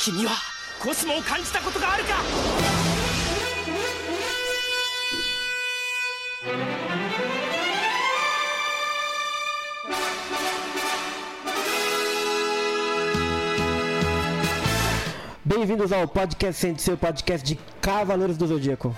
君はコスモを感じたことがあるか。 Bem-vindos ao Podcast Sem, seu podcast de Cavaleiros do Zodíaco.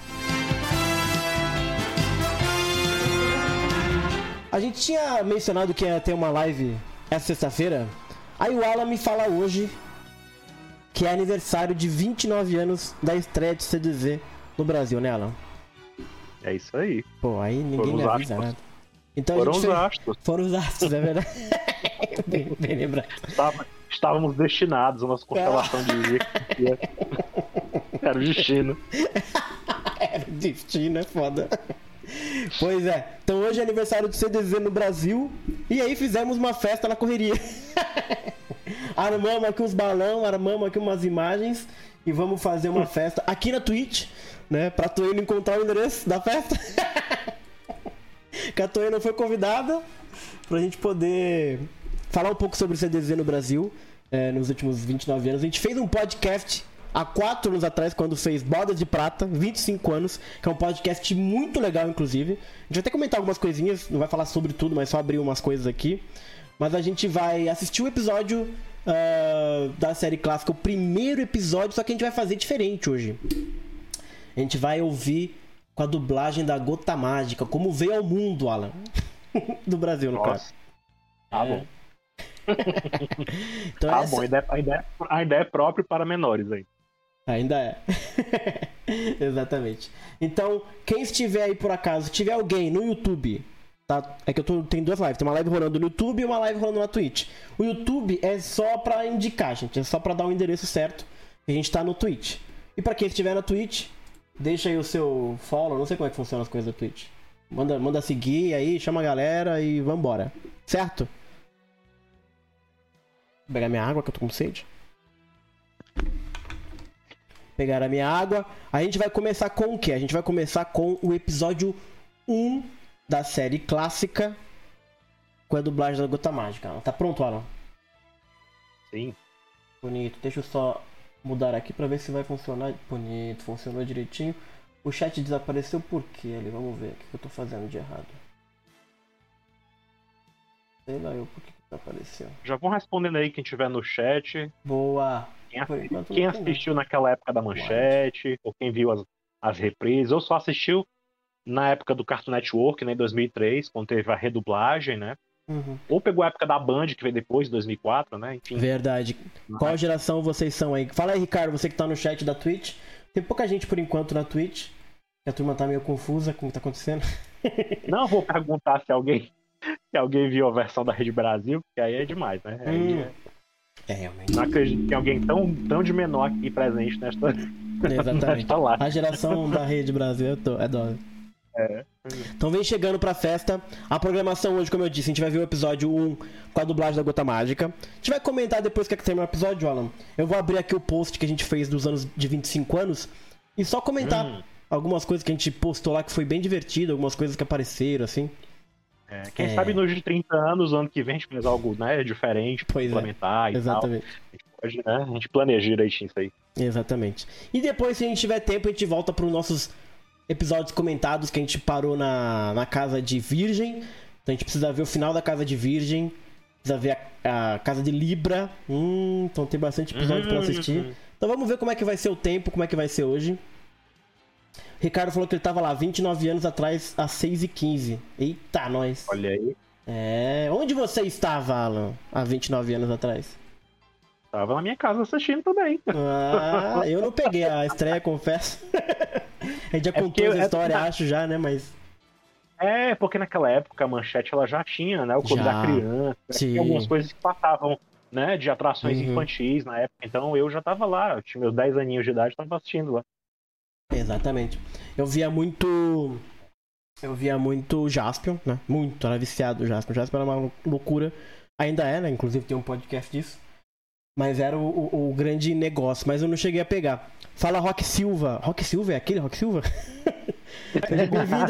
A gente tinha mencionado que ia ter uma live essa sexta-feira. Aí o Alan me fala hoje que é aniversário de 29 anos da estreia de CDZ no Brasil, né, Alan? É isso aí. Pô, aí ninguém me avisa nada. Então Foram os astros. Foram os astros, é verdade. bem lembrado. Estávamos destinados, a nossa constelação dizia que era o destino. Era o destino, é foda. Pois é, então hoje é aniversário do CDZ no Brasil. E aí fizemos uma festa na correria. Armamos aqui uns balão, armamos aqui umas imagens e vamos fazer uma festa aqui na Twitch, né? Pra Toei encontrar o endereço da festa. Que a Toei não foi convidada pra gente poder falar um pouco sobre o CDZ no Brasil nos últimos 29 anos. A gente fez um podcast há 4 anos atrás, quando fez Bodas de Prata, 25 anos, que é um podcast muito legal, inclusive. A gente vai até comentar algumas coisinhas, não vai falar sobre tudo, mas só abrir umas coisas aqui. Mas a gente vai assistir o episódio da série clássica, o primeiro episódio, só que a gente vai fazer diferente hoje. A gente vai ouvir com a dublagem da Gota Mágica, como veio ao mundo, Alan. Do Brasil, no caso. Tá bom. Então tá bom, ainda é próprio para menores aí. Ainda é. Exatamente. Então, quem estiver aí por acaso, tiver alguém no YouTube, tá? É que tem duas lives. Tem uma live rolando no YouTube e uma live rolando na Twitch. O YouTube é só pra indicar, gente. É só pra dar o endereço certo que a gente tá no Twitch. E pra quem estiver na Twitch, deixa aí o seu follow. Não sei como é que funciona as coisas da Twitch. Manda seguir aí, chama a galera e vambora. Certo? Vou pegar minha água que eu tô com sede. Pegar a minha água. A gente vai começar com o quê? A gente vai começar com o episódio 1 da série clássica, com a dublagem da Gota Mágica. Tá pronto, Alan? Sim. Bonito. Deixa eu só mudar aqui pra ver se vai funcionar. Bonito, funcionou direitinho. O chat desapareceu por quê ali? Vamos ver o que eu tô fazendo de errado. Sei lá eu por que desapareceu. Já vão respondendo aí quem tiver no chat. Boa! Quem assistiu naquela época da Manchete, ou quem viu as reprises, ou só assistiu na época do Cartoon Network, né, em 2003, quando teve a redublagem, né? Uhum. Ou pegou a época da Band, que veio depois, de 2004, né? Enfim. Verdade. Qual geração vocês são aí? Fala aí, Ricardo, você que tá no chat da Twitch. Tem pouca gente por enquanto na Twitch. A turma tá meio confusa com o que tá acontecendo. Não vou perguntar se alguém viu a versão da Rede Brasil, porque aí é demais, né? Realmente. Não acredito que tem alguém tão de menor aqui presente nesta live. A geração da Rede Brasil é dólar. Então vem chegando pra festa. A programação hoje, como eu disse, a gente vai ver o episódio 1 com a dublagem da Gota Mágica. A gente vai comentar depois que terminar o episódio, Alan. Eu vou abrir aqui o post que a gente fez dos anos de 25 anos e só comentar algumas coisas que a gente postou lá que foi bem divertido, algumas coisas que apareceram, assim. Quem sabe nos de 30 anos, ano que vem, a gente faz algo, né, diferente, complementar e exatamente. Tal. A gente pode, né, a gente planeja direitinho isso aí. Exatamente. E depois, se a gente tiver tempo, a gente volta para os nossos episódios comentados que a gente parou na Casa de Virgem. Então a gente precisa ver o final da Casa de Virgem, precisa ver a Casa de Libra. Então tem bastante episódio para assistir. Então vamos ver como é que vai ser o tempo, como é que vai ser hoje. Ricardo falou que ele tava lá 29 anos atrás, às 6h15. Eita, nós. Olha aí. Onde você estava, Alan, há 29 anos atrás? Tava na minha casa assistindo também. Eu não peguei a estreia, confesso. A gente já contou essa história, acho já, né, mas... porque naquela época a Manchete ela já tinha, né, o Clube da Criança. Tinha algumas coisas que passavam, né, de atrações infantis na época. Então eu já tava lá, eu tinha meus 10 aninhos de idade, tava assistindo lá. Exatamente. Eu via muito Jaspion, né? Muito, era viciado no Jaspion. Jaspion era uma loucura. Ainda é, né? Inclusive tem um podcast disso. Mas era o grande negócio. Mas eu não cheguei a pegar. Fala Rock Silva. Rock Silva é aquele Rock Silva? Seja bem-vindo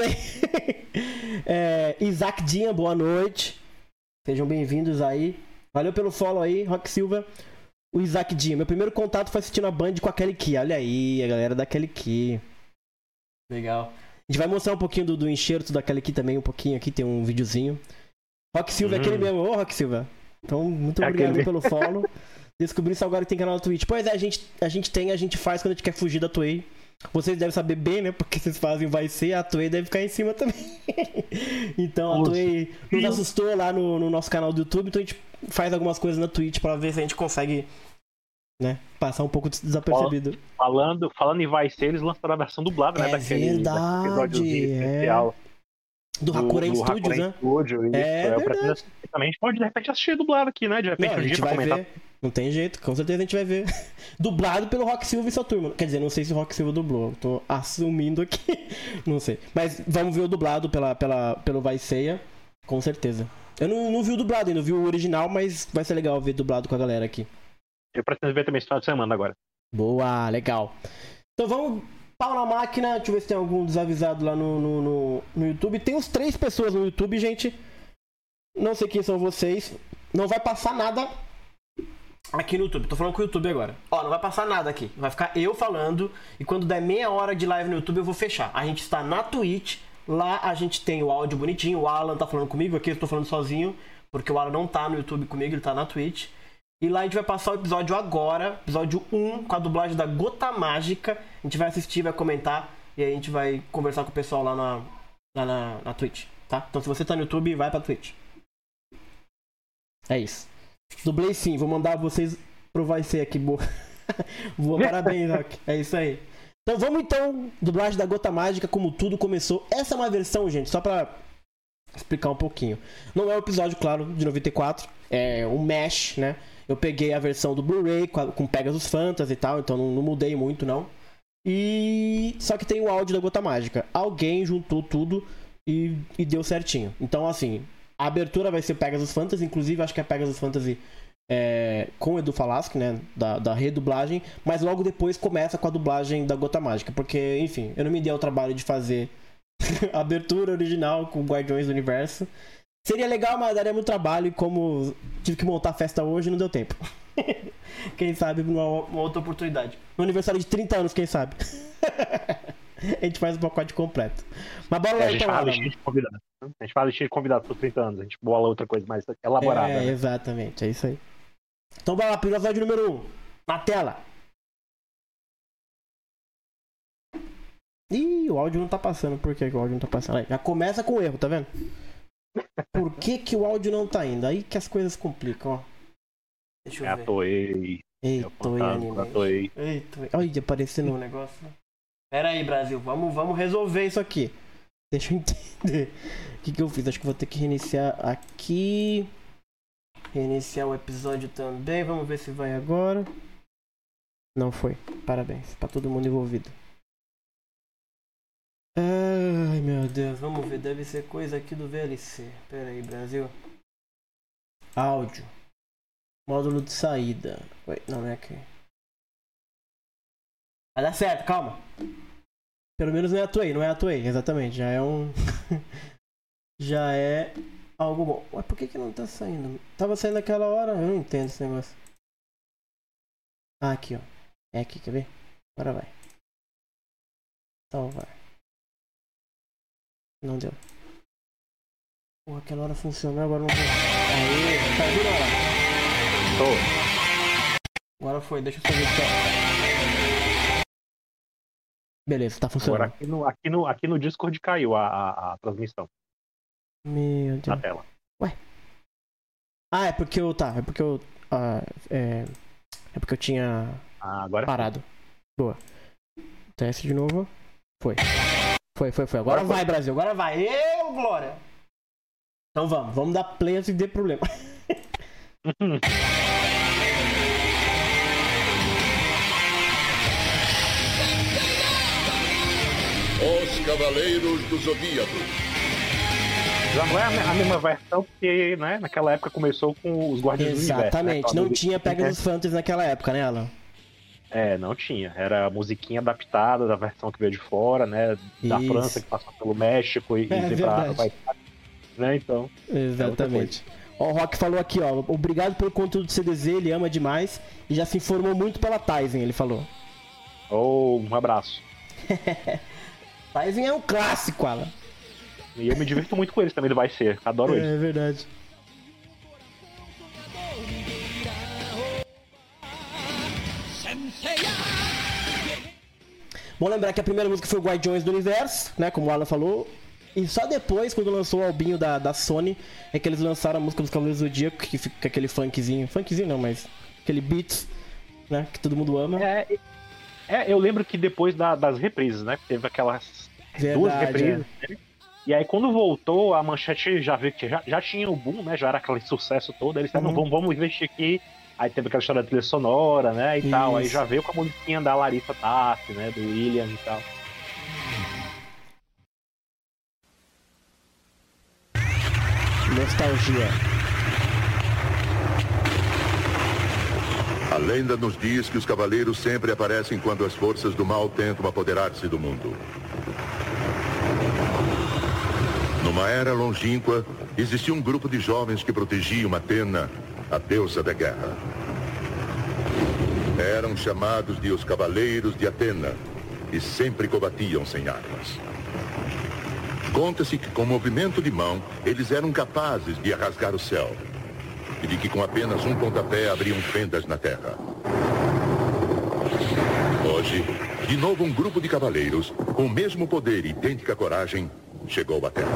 aí. Isaac Dinha, boa noite. Sejam bem-vindos aí. Valeu pelo follow aí, Rock Silva. O Isaac Dinho. Meu primeiro contato foi assistindo a Band com a Kelly Key. Olha aí, a galera da Kelly Key. Legal. A gente vai mostrar um pouquinho do enxerto da Kelly Key também, um pouquinho aqui, tem um videozinho. Rock Silva é aquele mesmo. Ô, Rock Silva. Então, muito obrigado pelo follow. Descobri isso agora que tem canal no Twitch. Pois é, a gente faz quando a gente quer fugir da Toei. Vocês devem saber bem, né? Porque vocês fazem vai ser, a Toei deve ficar em cima também. Então a Toei nos assustou lá no nosso canal do YouTube, então a gente faz algumas coisas na Twitch pra ver se a gente consegue, né, passar um pouco desapercebido. Falando em vai ser, eles lançaram a versão dublada, né? Daquele episódiozinho especial. Do Hakuren Studios, né? Studio, isso. É verdade. Também a gente pode, de repente, assistir dublado aqui, né? De repente, a gente vai ver. Não tem jeito, com certeza a gente vai ver. Dublado pelo Rock Silva e sua turma. Quer dizer, não sei se o Rock Silva dublou. Tô assumindo aqui. Não sei. Mas vamos ver o dublado pelo Vai Ceia. Com certeza. Eu não vi o dublado ainda, eu vi o original, mas vai ser legal ver dublado com a galera aqui. Eu pretendo ver também esse final de semana agora. Boa, legal. Então vamos... Pau na máquina, deixa eu ver se tem algum desavisado lá no YouTube. Tem uns 3 pessoas no YouTube, gente. Não sei quem são vocês. Não vai passar nada aqui no YouTube. Tô falando com o YouTube agora. Ó, não vai passar nada aqui. Vai ficar eu falando. E quando der meia hora de live no YouTube, eu vou fechar. A gente está na Twitch. Lá a gente tem o áudio bonitinho. O Alan tá falando comigo. Aqui eu tô falando sozinho. Porque o Alan não tá no YouTube comigo, ele tá na Twitch. E lá a gente vai passar o episódio agora, episódio 1, com a dublagem da Gota Mágica. A gente vai assistir, vai comentar, e aí a gente vai conversar com o pessoal lá na Twitch, tá? Então se você tá no YouTube, vai pra Twitch. É isso. Dublei sim, vou mandar vocês pro Vai Ser aqui, boa. Boa, parabéns, Rock. É isso aí. Então vamos dublagem da Gota Mágica, como tudo começou. Essa é uma versão, gente, só pra explicar um pouquinho. Não é o episódio, claro, de 94, é um mesh, né? Eu peguei a versão do Blu-ray com Pegasus Fantasy e tal, então não mudei muito, não. E só que tem o áudio da Gota Mágica. Alguém juntou tudo e deu certinho. Então, assim, a abertura vai ser Pegasus Fantasy, inclusive acho que é Pegasus Fantasy com o Edu Falaschi, né, da redublagem, mas logo depois começa com a dublagem da Gota Mágica, porque, enfim, eu não me dei o trabalho de fazer a abertura original com Guardiões do Universo. Seria legal, mas daria muito trabalho, e como tive que montar a festa hoje, não deu tempo. Quem sabe uma outra oportunidade. No aniversário de 30 anos, quem sabe? A gente faz o pacote completo. Mas bora lá, então. A gente faz a listinha de convidados por 30 anos. A gente bola outra coisa mais elaborada. Né? Exatamente, é isso aí. Então bora lá, episódio número 1. Na tela. Ih, o áudio não tá passando. Por que o áudio não tá passando? Aí, já começa com o erro, tá vendo? Por que o áudio não tá indo? Aí que as coisas complicam, ó. Deixa eu ver. A Toei. Ei, Toei Animation. Eita, olha, aparecendo um negócio. Pera aí, Brasil. Vamos resolver isso aqui. Deixa eu entender. O que eu fiz? Acho que vou ter que reiniciar aqui. Reiniciar o episódio também. Vamos ver se vai agora. Não foi. Parabéns pra todo mundo envolvido. Ai, meu Deus, vamos ver, deve ser coisa aqui do VLC. Pera aí, Brasil. Áudio. Módulo de saída. Ué, não é aqui. Vai dar certo, calma. Pelo menos não é a Toei, exatamente. Já é um... Já é algo bom. Ué, por que não tá saindo? Tava saindo naquela hora? Eu não entendo esse negócio. Ah, aqui, ó. É aqui, quer ver? Agora vai. Salvar. Não deu. Pô, aquela hora funcionou, agora não funcionou. Aê, tá vindo agora? Tô. Agora foi, deixa eu só ver aqui. Beleza, tá funcionando. Agora aqui no Discord caiu a transmissão. Meu Deus. Na tela. Ué. Ah, é porque eu... Tá, é porque eu... É porque eu tinha... Agora parado. Boa. Teste de novo. Foi. Foi. Agora vai, Brasil. Agora vai. Eu, Glória. Então vamos dar play antes de ter problema. Os Cavaleiros do Zodíaco. Já não é a mesma versão, porque, né, naquela época começou com os Guardiões do Universo. Exatamente. Né? Não tinha Pegasus Fantasy naquela época, né, Alan? Não tinha. Era a musiquinha adaptada da versão que veio de fora, né? Da França, que passou pelo México e veio pra... né, então... Exatamente. Ó, o Rock falou aqui, ó. Obrigado pelo conteúdo do CDZ, ele ama demais. E já se informou muito pela Tyson, ele falou. Um abraço. Tyson é um clássico, Alan. E eu me divirto muito com eles também do Vai Ser. Adoro eles. É verdade. Bom lembrar que a primeira música foi o Guardiões do Universo, né? Como o Alan falou. E só depois, quando lançou o albinho da Sony, é que eles lançaram a música dos Cavaleiros do Zodíaco, que fica aquele funkzinho. Funkzinho não, mas aquele beats, né? Que todo mundo ama. Eu lembro que depois das reprises, né? Teve aquelas duas reprises. Né? E aí quando voltou, a Manchete já viu que já tinha o boom, né? Já era aquele sucesso todo. Eles disseram, vamos investir aqui. Aí teve aquela história da trilha sonora, né? E tal. Aí já veio com a musiquinha da Larissa Tassi, né? Do William e tal. Nostalgia. A lenda nos diz que os cavaleiros sempre aparecem quando as forças do mal tentam apoderar-se do mundo. Numa era longínqua, existia um grupo de jovens que protegiam Atena, a deusa da guerra. Eram chamados de os Cavaleiros de Atena e sempre combatiam sem armas. Conta-se que com o movimento de mão, eles eram capazes de rasgar o céu e de que com apenas um pontapé abriam fendas na terra. Hoje, de novo um grupo de cavaleiros, com o mesmo poder e idêntica coragem, chegou à Terra.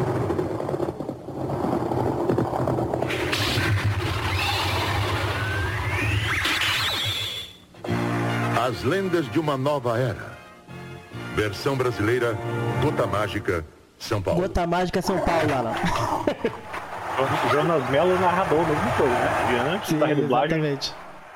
As lendas de uma nova era. Versão brasileira, Gota Mágica, São Paulo. Gota Mágica, São Paulo, Alan. Jonas Mello narrador, a mesma coisa, né? Diante da redublagem. Exatamente.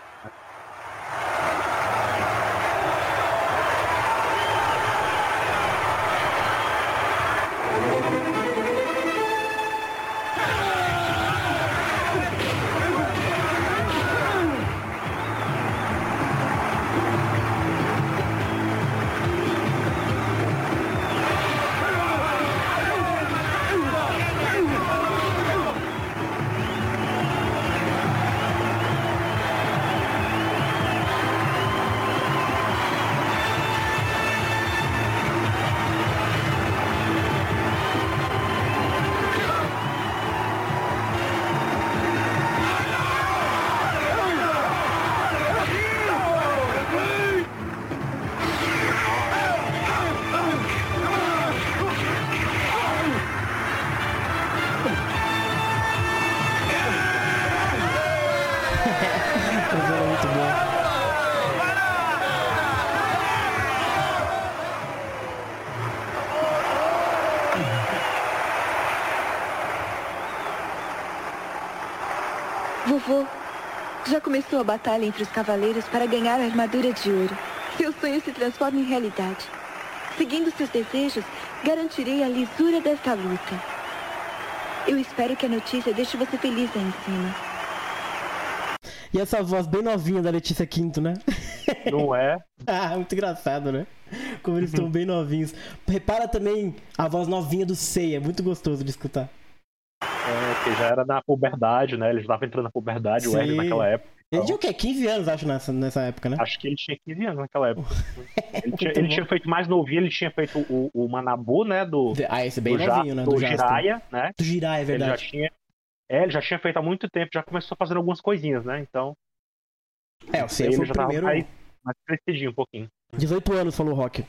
Vovô, já começou a batalha entre os cavaleiros para ganhar a armadura de ouro. Seu sonho se transforma em realidade. Seguindo seus desejos, garantirei a lisura desta luta. Eu espero que a notícia deixe você feliz aí em cima. E essa voz bem novinha da Letícia Quinto, né? Não é? Muito engraçado, né? Como eles estão bem novinhos. Repara também a voz novinha do Seiya, é muito gostoso de escutar. Que já era na puberdade, né? Ele já estava entrando na puberdade, o Ed naquela época. Ele tinha o quê? 15 anos, acho, nessa época, né? Acho que ele tinha 15 anos naquela época. Ele tinha feito mais novinho, ele tinha feito o Manabu, né? Esse bem novinho, né? Do Jiraiya, né? Do Jiraiya, é verdade. Ele já tinha feito há muito tempo, já começou fazendo algumas coisinhas, né? Então. O Seiya foi o primeiro. Mais crescidinho um pouquinho. 18 anos, falou o Rock.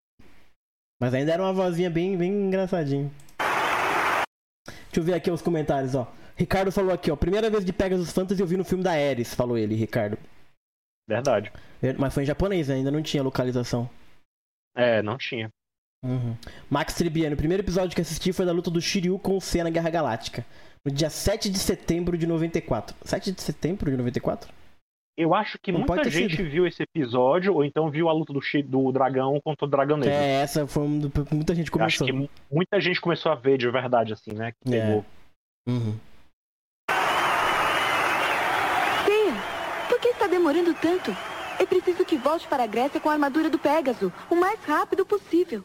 Mas ainda era uma vozinha bem engraçadinha. Deixa eu ver aqui os comentários, ó. Ricardo falou aqui, ó. Primeira vez de Pegasus Fantasy eu vi no filme da Ares, falou ele, Ricardo. Verdade. Mas foi em japonês, né? Ainda não tinha localização. Não tinha. Max Tribiano, o primeiro episódio que assisti foi da luta do Shiryu com o Seiya na Guerra Galáctica. No dia 7 de setembro de 94. 7 de setembro de 94? Eu acho que muita gente viu esse episódio, ou então viu a luta do dragão contra o dragão negro. Essa foi muita gente começou. Eu acho que muita gente começou a ver de verdade, assim, né? Que pegou. Seiya, por que está demorando tanto? É preciso que volte para a Grécia com a armadura do Pégaso, o mais rápido possível.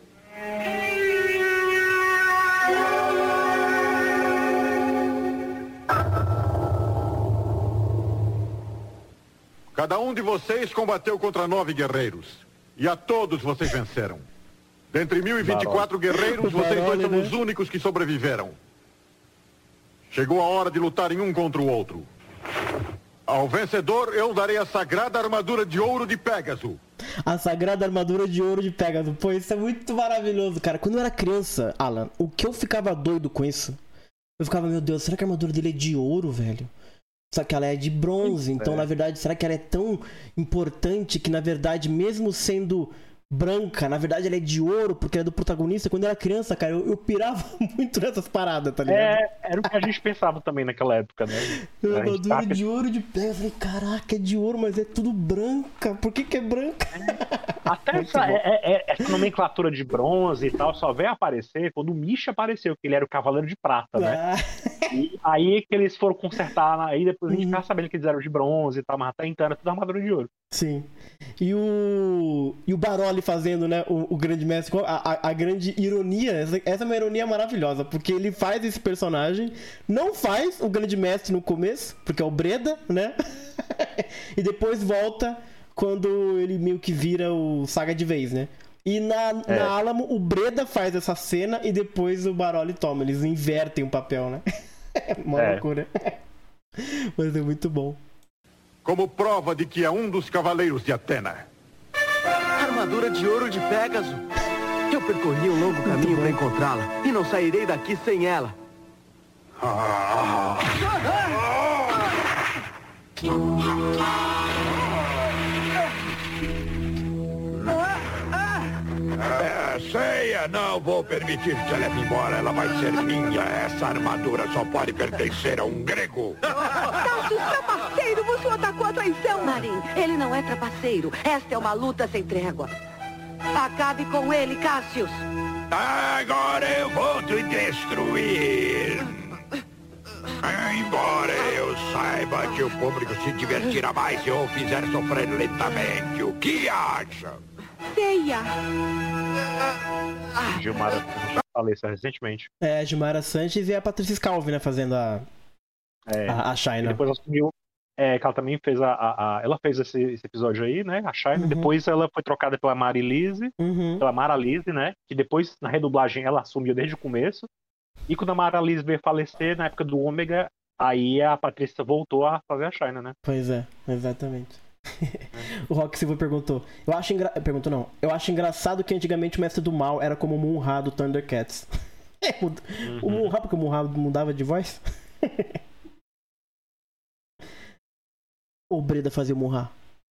Cada um de vocês combateu contra 9 guerreiros. E a todos vocês venceram. Dentre 1024 guerreiros, vocês dois são os únicos que sobreviveram. Chegou a hora de lutarem um contra o outro. Ao vencedor, eu darei a sagrada armadura de ouro de Pégaso. A sagrada armadura de ouro de Pégaso. Pô, isso é muito maravilhoso, cara. Quando eu era criança, Alan, o que eu ficava doido com isso? Eu ficava, meu Deus, será que a armadura dele é de ouro, velho? Só que ela é de bronze, então na verdade, será que ela é tão importante que na verdade, mesmo sendo branca, na verdade ela é de ouro porque é do protagonista? Quando eu era criança, cara, eu pirava muito nessas paradas, tá ligado? Era o que a gente pensava também naquela época, né? Armadura de ouro de pé, eu falei, caraca, é de ouro, mas é tudo branca, por que é branca? Até essa nomenclatura de bronze e tal só veio aparecer quando o Misha apareceu, que ele era o Cavaleiro de Prata, né? E aí que eles foram consertar, aí depois a gente ficava sabendo que eles eram de bronze e tal, mas até então era tudo armadura de ouro. Sim. E o Baroli fazendo, né, o grande mestre, a grande ironia, essa é uma ironia maravilhosa, porque ele faz esse personagem, não faz o grande mestre no começo, porque é o Breda, né? E depois volta quando ele meio que vira o Saga de vez, né? E na Alamo, o Breda faz essa cena e depois o Baroli toma. Eles invertem o papel, né? É uma loucura. Mas é muito bom. Como prova de que é um dos cavaleiros de Atena. Armadura de ouro de Pégaso. Eu percorri um longo caminho para encontrá-la e não sairei daqui sem ela. Ceia, não vou permitir que ela leve embora. Ela vai ser minha. Essa armadura só pode pertencer a um grego. Cassius, trapaceiro, você atacou a traição. Marin, ele não é trapaceiro. Esta é uma luta sem trégua. Acabe com ele, Cassius. Agora eu vou te destruir. Embora eu saiba que o público se divertirá mais se eu o fizer sofrer lentamente. O que acha? Ceia. Gilmara, já falei isso recentemente. Gilmara Sanches e a Patrícia Scalvi, né, fazendo a Shaina. Depois assumiu, que ela também fez ela fez esse episódio aí, né, a Shaina, depois ela foi trocada pela Marilise, pela Maralise, né, que depois na redublagem ela assumiu desde o começo, e quando a Maralise veio falecer na época do Ômega, aí a Patrícia voltou a fazer a Shaina, né. Pois é, exatamente. O Rock Silva perguntou. Eu acho engraçado que antigamente o Mestre do Mal era como o Munra do Thundercats. O Munra, porque o Munra mudava de voz? Ou o Breda fazia o Munra?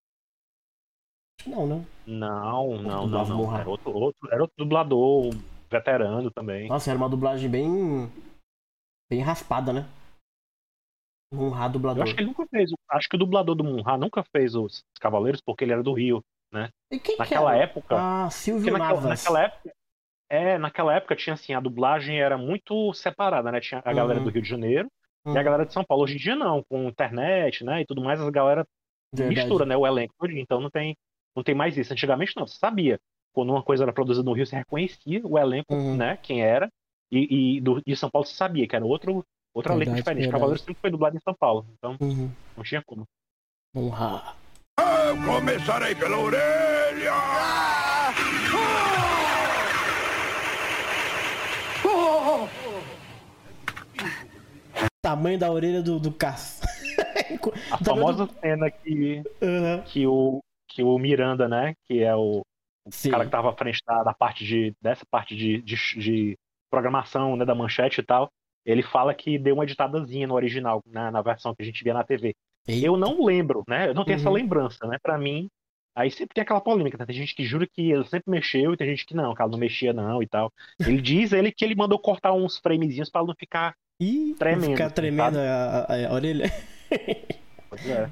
Não, né? Não. Era outro dublador, veterano também. Nossa, era uma dublagem bem raspada, né? Munra dublador. Eu acho que ele nunca fez. Acho que o dublador do Munra nunca fez os Cavaleiros porque ele era do Rio, né? E quem naquela época. Silvio Navas. Naquela época tinha assim, a dublagem era muito separada, né? Tinha a galera do Rio de Janeiro e a galera de São Paulo. Hoje em dia não, com internet, né? E tudo mais, a galera mistura, né? O elenco. Então não tem mais isso. Antigamente não, você sabia. Quando uma coisa era produzida no Rio, você reconhecia o elenco, né? Quem era. E de São Paulo você sabia que era outro elenco diferente. Cavaleiro sempre foi dublado em São Paulo. Então, não tinha como. Honra. Eu começarei pela orelha! Tamanho da orelha do Cass. A famosa cena que o Miranda, né? Que é o cara que tava à frente dessa parte de programação, né, da Manchete e tal. Ele fala que deu uma editadazinha no original, na versão que a gente via na TV. Eita. Eu não lembro, né? Eu não tenho essa lembrança, né? Pra mim, aí sempre tem aquela polêmica, né? Tem gente que jura que ele sempre mexeu e tem gente que não, que ela não mexia não e tal. Ele diz que ele mandou cortar uns framezinhos pra ela não ficar tremendo. Ficar tremendo a orelha. Pois é.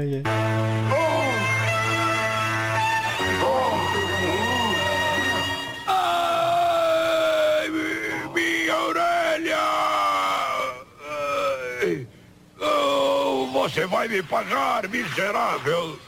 Você vai me pagar, miserável!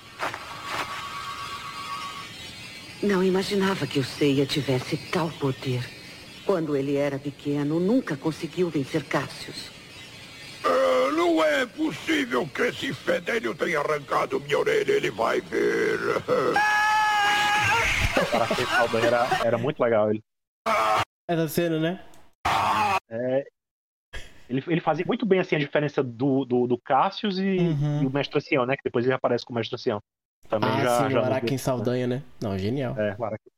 Não imaginava que o Ceia tivesse tal poder. Quando ele era pequeno, nunca conseguiu vencer Cassius. Não Não é possível que esse fedelho tenha arrancado minha orelha, ele vai ver. Para ser Saldanha era muito legal ele. Essa cena, né? Ele fazia muito bem assim a diferença do Cassius e o Mestre Ancião, né? Que depois ele aparece com o Mestre Ancião. Também sim, o Araquém Saldanha, né? Não, genial. O Araquém.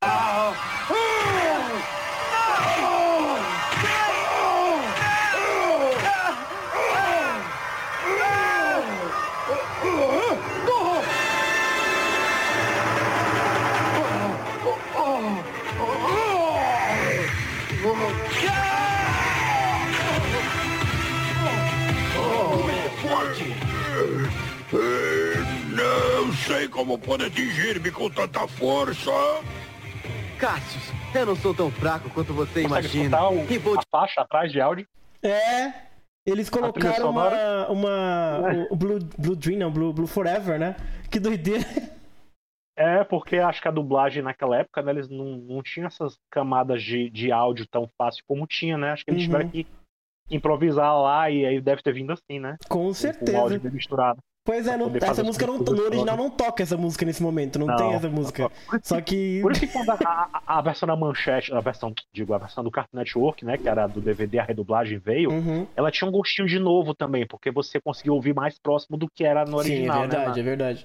Não sei como pode atingir-me com tanta força. Cassius, eu não sou tão fraco quanto você imagina. A faixa atrás de áudio? Eles colocaram o Blue Dream, não, Blue Forever, né? Que doideira. Porque acho que a dublagem naquela época, né, eles não tinham essas camadas de áudio tão fácil como tinha, né? Acho que eles tiveram que improvisar lá e aí deve ter vindo assim, né? Com certeza. Com o áudio misturado. Pois é, essa música no original não toca essa música nesse momento, não tem essa música. Só que... Por isso que quando a versão da Manchete, a versão do Cartoon Network, né, que era do DVD, a redublagem veio, ela tinha um gostinho de novo também, porque você conseguia ouvir mais próximo do que era no original. Sim, é verdade, né, é verdade.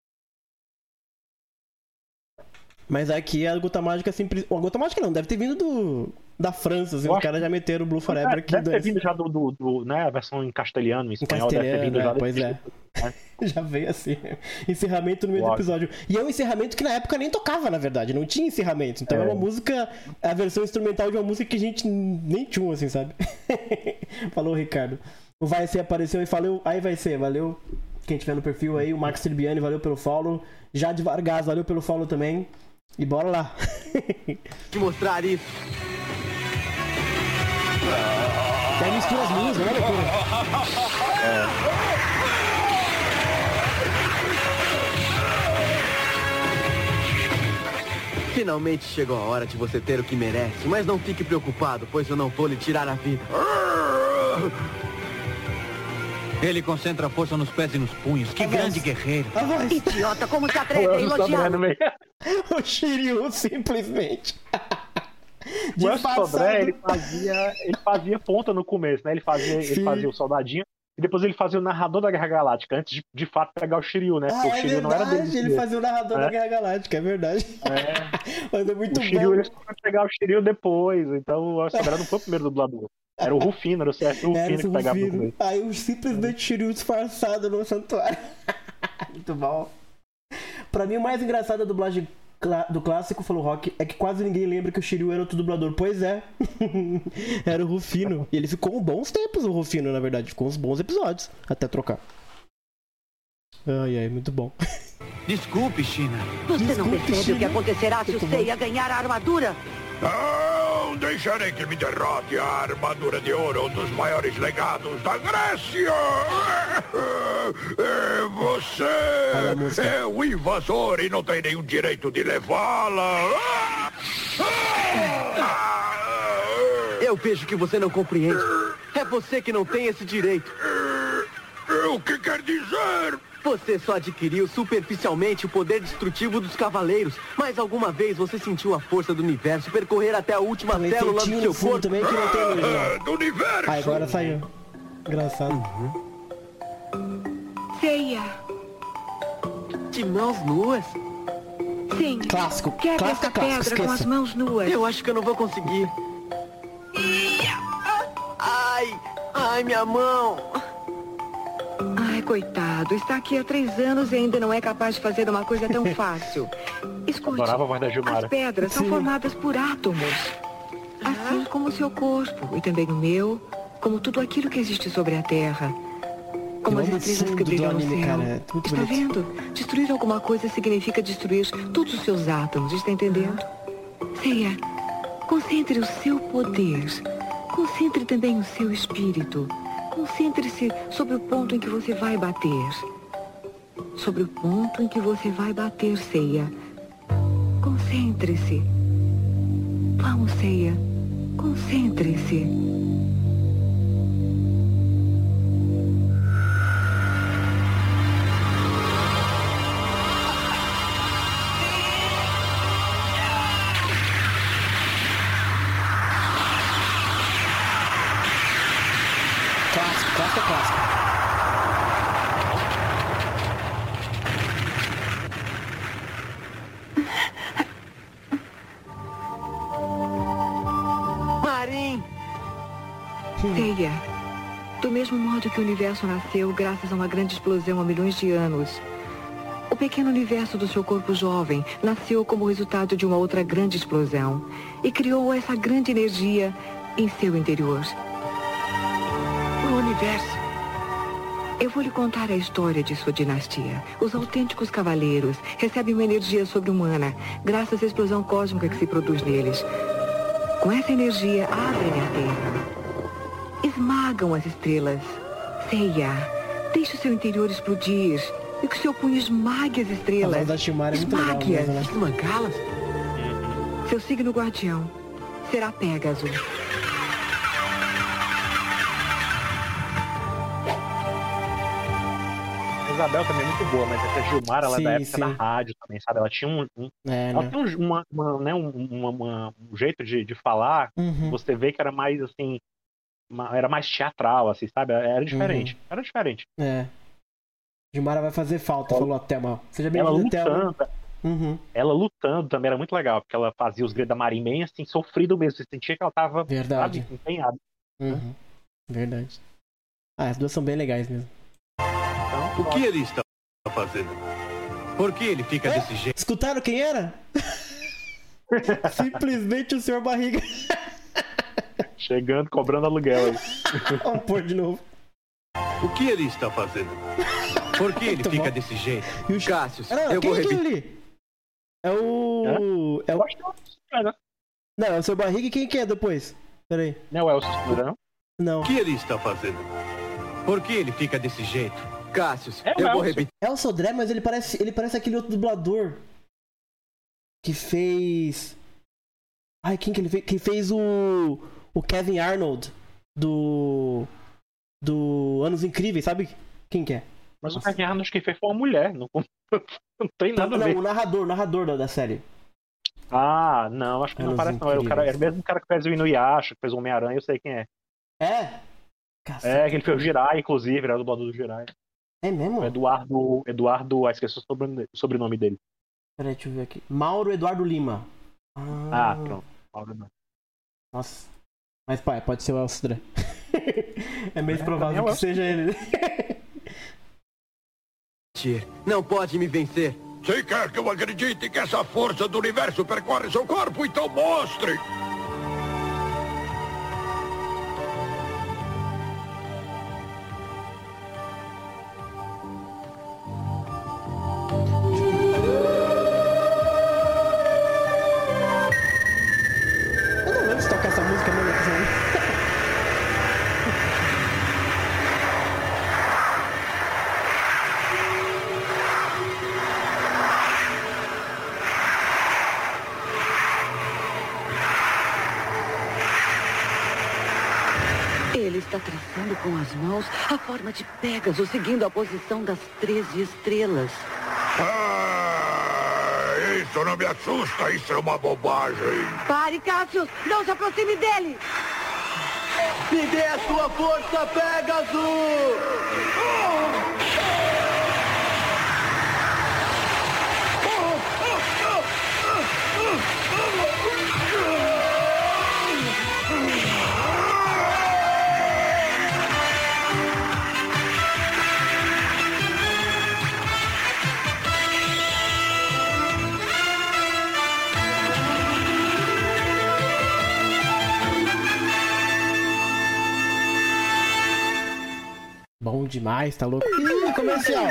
Mas aqui a Gota Mágica sempre... A Gota Mágica não, deve ter vindo da França, assim, os caras já meteram o Blue Forever aqui. Deve ter vindo já né, a versão em castelhano, em espanhol, deve ter vindo já. Pois é. Já veio assim, encerramento no meio do episódio. E é um encerramento que na época nem tocava, na verdade, não tinha encerramento. Então é uma música, a versão instrumental de uma música que a gente nem tinha, assim, sabe? Falou, Ricardo. O Vai Ser apareceu e falou, aí vai ser, valeu. Quem tiver no perfil aí, o Max Tribiani, valeu pelo follow. Jade Vargas, valeu pelo follow também. E bora lá. Te mostrar isso. Quer mistura as minhas, olha a loucura. Finalmente chegou a hora de você ter o que merece, mas não fique preocupado, pois eu não vou lhe tirar a vida. Ele concentra força nos pés e nos punhos. Que grande guerreiro. Idiota, como se atreve a elogiá-lo? O Shiryu, simplesmente. O Sodré, ele fazia ponta no começo, né? Ele fazia o soldadinho e depois ele fazia o narrador da Guerra Galáctica, antes de fato pegar o Shiryu, né? Porque o Shiryu não era dele. Ele fazia o narrador da Guerra Galáctica, é verdade. Mas é muito bom. Ele foi pegar o Shiryu depois, então o Sodré não foi o primeiro dublador. Era o Rufino, era o CS Rufino que pegava no começo. Aí eu simplesmente Shiryu disfarçado no santuário. Muito bom. Pra mim, o mais engraçado da dublagem do clássico, falou Rock, é que quase ninguém lembra que o Shiryu era outro dublador. Pois é. Era o Rufino. E ele ficou bons tempos, o Rufino, na verdade. Ficou uns bons episódios, até trocar. Ai, muito bom. Desculpe, China. Você não percebe o que acontecerá se o Seiya ganhar a armadura? Não deixarei que me derrote a armadura de ouro, um dos maiores legados da Grécia. Você é o invasor e não tem nenhum direito de levá-la. Eu vejo que você não compreende. É você que não tem esse direito. O que quer dizer? Você só adquiriu superficialmente o poder destrutivo dos cavaleiros, mas alguma vez você sentiu a força do universo percorrer até a última célula do seu corpo? Também que não tem do universo! Agora saiu. Engraçado. Seiya. De mãos nuas? Sim. Clássico. Quebra essa pedra com as mãos nuas. Eu acho que eu não vou conseguir. Ai, minha mão. Ai, coitado. Está aqui há 3 anos e ainda não é capaz de fazer uma coisa tão fácil. Escute, as pedras são formadas por átomos. Assim como o seu corpo, e também o meu, como tudo aquilo que existe sobre a Terra. Como as estrelas que brilham no céu. Está vendo? Destruir alguma coisa significa destruir todos os seus átomos, está entendendo? Seiya, concentre o seu poder. Concentre também o seu espírito. Concentre-se sobre o ponto em que você vai bater. Sobre o ponto em que você vai bater, Seiya. Concentre-se. Vamos, Seiya. Concentre-se. Seiya. Do mesmo modo que o universo nasceu graças a uma grande explosão há milhões de anos, o pequeno universo do seu corpo jovem nasceu como resultado de uma outra grande explosão e criou essa grande energia em seu interior. O universo. Eu vou lhe contar a história de sua dinastia. Os autênticos cavaleiros recebem uma energia sobre-humana graças à explosão cósmica que se produz neles. Com essa energia, abrem a Terra. Esmagam as estrelas. Seiya, deixe o seu interior explodir e que o seu punho esmague as estrelas. A voz da Chimara é muito legal, esmague-as. Esmagá-las? Seu signo guardião será Pégaso. A Isabel também é muito boa, mas essa Gilmar, ela é da época da rádio também, sabe? Ela tinha ela tem um jeito de falar, você vê que era mais assim, era mais teatral, assim, sabe? Era diferente. Era diferente. É. Gilmara vai fazer falta, falou a Thelma. Seja bem-vinda, Thelma. Ela lutando também era muito legal, porque ela fazia os gritos da Marin bem assim, sofrido mesmo. Você sentia que ela tava, sabe, empenhada. Verdade. As duas são bem legais mesmo. Então, o que ele está fazendo? Por que ele fica desse jeito? Escutaram quem era? Simplesmente o Sr. Barriga. Chegando, cobrando aluguel aí. Vamos pôr de novo. O que ele está fazendo? Por que ele fica desse jeito? E o Cássio, eu vou repetir. É o... Não, é o Sr. Barriga e quem que é depois? Peraí. Não é o Sr. não? Não. O que ele está fazendo? Por que ele fica desse jeito? Cássio, eu vou repetir. É o Sodré, mas ele parece aquele outro dublador que fez... Ai, quem que ele fez? Que fez o Kevin Arnold do Anos Incríveis, sabe? Quem que é? Mas o Kevin Arnold acho que fez foi uma mulher, não tem nada a ver. Não, o narrador da série. Ah, não, acho que não parece não. Era o mesmo cara que fez o Inuyasha, que fez o Homem-Aranha, eu sei quem é. É? Cacete. É, que ele fez o Jirai, inclusive, era o dublador do Jirai. É mesmo? Eduardo, esqueci o sobrenome dele. Peraí, deixa eu ver aqui. Mauro Eduardo Lima. Pronto. Mauro Eduardo. Nossa. Mas, pai, pode ser o Elstra. É meio provável que seja ele. Não pode me vencer. Se quer que eu acredite que essa força do universo percorre seu corpo, então mostre! Eu não lembro se toca essa música mesmo. Ele está traçando com as mãos a forma de Pégaso, seguindo a posição das 13 estrelas. Isso não me assusta, isso é uma bobagem. Pare, Cássio! Não se aproxime dele! Me dê a sua força, Pégaso! Bom demais, tá louco? Ih, comercial!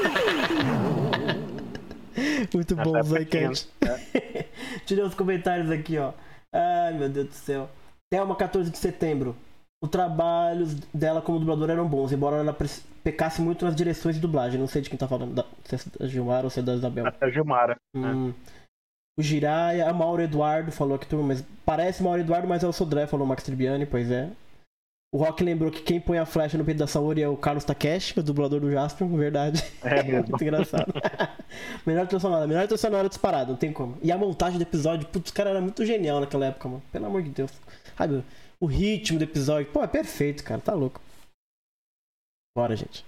Muito bom, Zaycat. Tirei os comentários aqui, ó. Ai, meu Deus do céu. Thelma, 14 de setembro. Os trabalhos dela como dubladora eram bons, embora ela pecasse muito nas direções de dublagem. Não sei de quem tá falando, se é da Gilmara ou se é da Isabel. Até a Gilmara. O Jiraiya, a Mauro Eduardo falou aqui, turma, mas parece Mauro Eduardo, mas é o Sodré, falou o Max Tribiani, pois é. O Rock lembrou que quem põe a flecha no peito da Saori é o Carlos Takeshi, o dublador do Jaspion, verdade. É mesmo. Muito engraçado. melhor trilha sonora disparada, não tem como. E a montagem do episódio, putz, os caras eram muito genial naquela época, mano. Pelo amor de Deus. Sabe, o ritmo do episódio, pô, é perfeito, cara, tá louco. Bora, gente.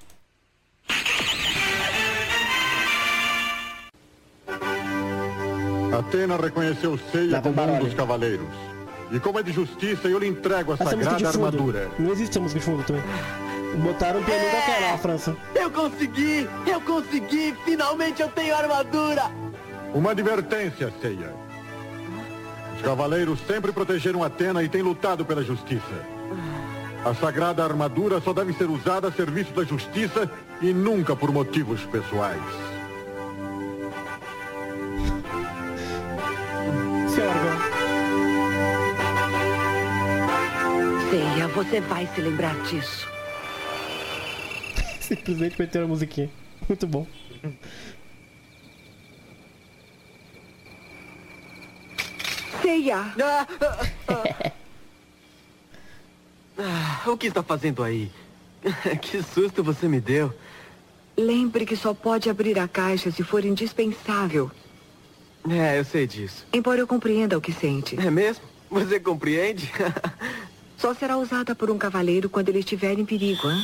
Atena reconheceu Seiya como um dos cavaleiros. E como é de justiça, eu lhe entrego a sagrada armadura. Não existe essa música de fundo também. Botaram um pianinho qualquer lá, França. Eu consegui! Finalmente eu tenho armadura! Uma advertência, Seiya. Os cavaleiros sempre protegeram Atena e têm lutado pela justiça. A sagrada armadura só deve ser usada a serviço da justiça e nunca por motivos pessoais. Seiya, você vai se lembrar disso. Simplesmente meteram a musiquinha. Muito bom. Seiya! O que está fazendo aí? Que susto você me deu. Lembre que só pode abrir a caixa se for indispensável. Eu sei disso. Embora eu compreenda o que sente. É mesmo? Você compreende? Só será usada por um cavaleiro quando ele estiver em perigo, hein?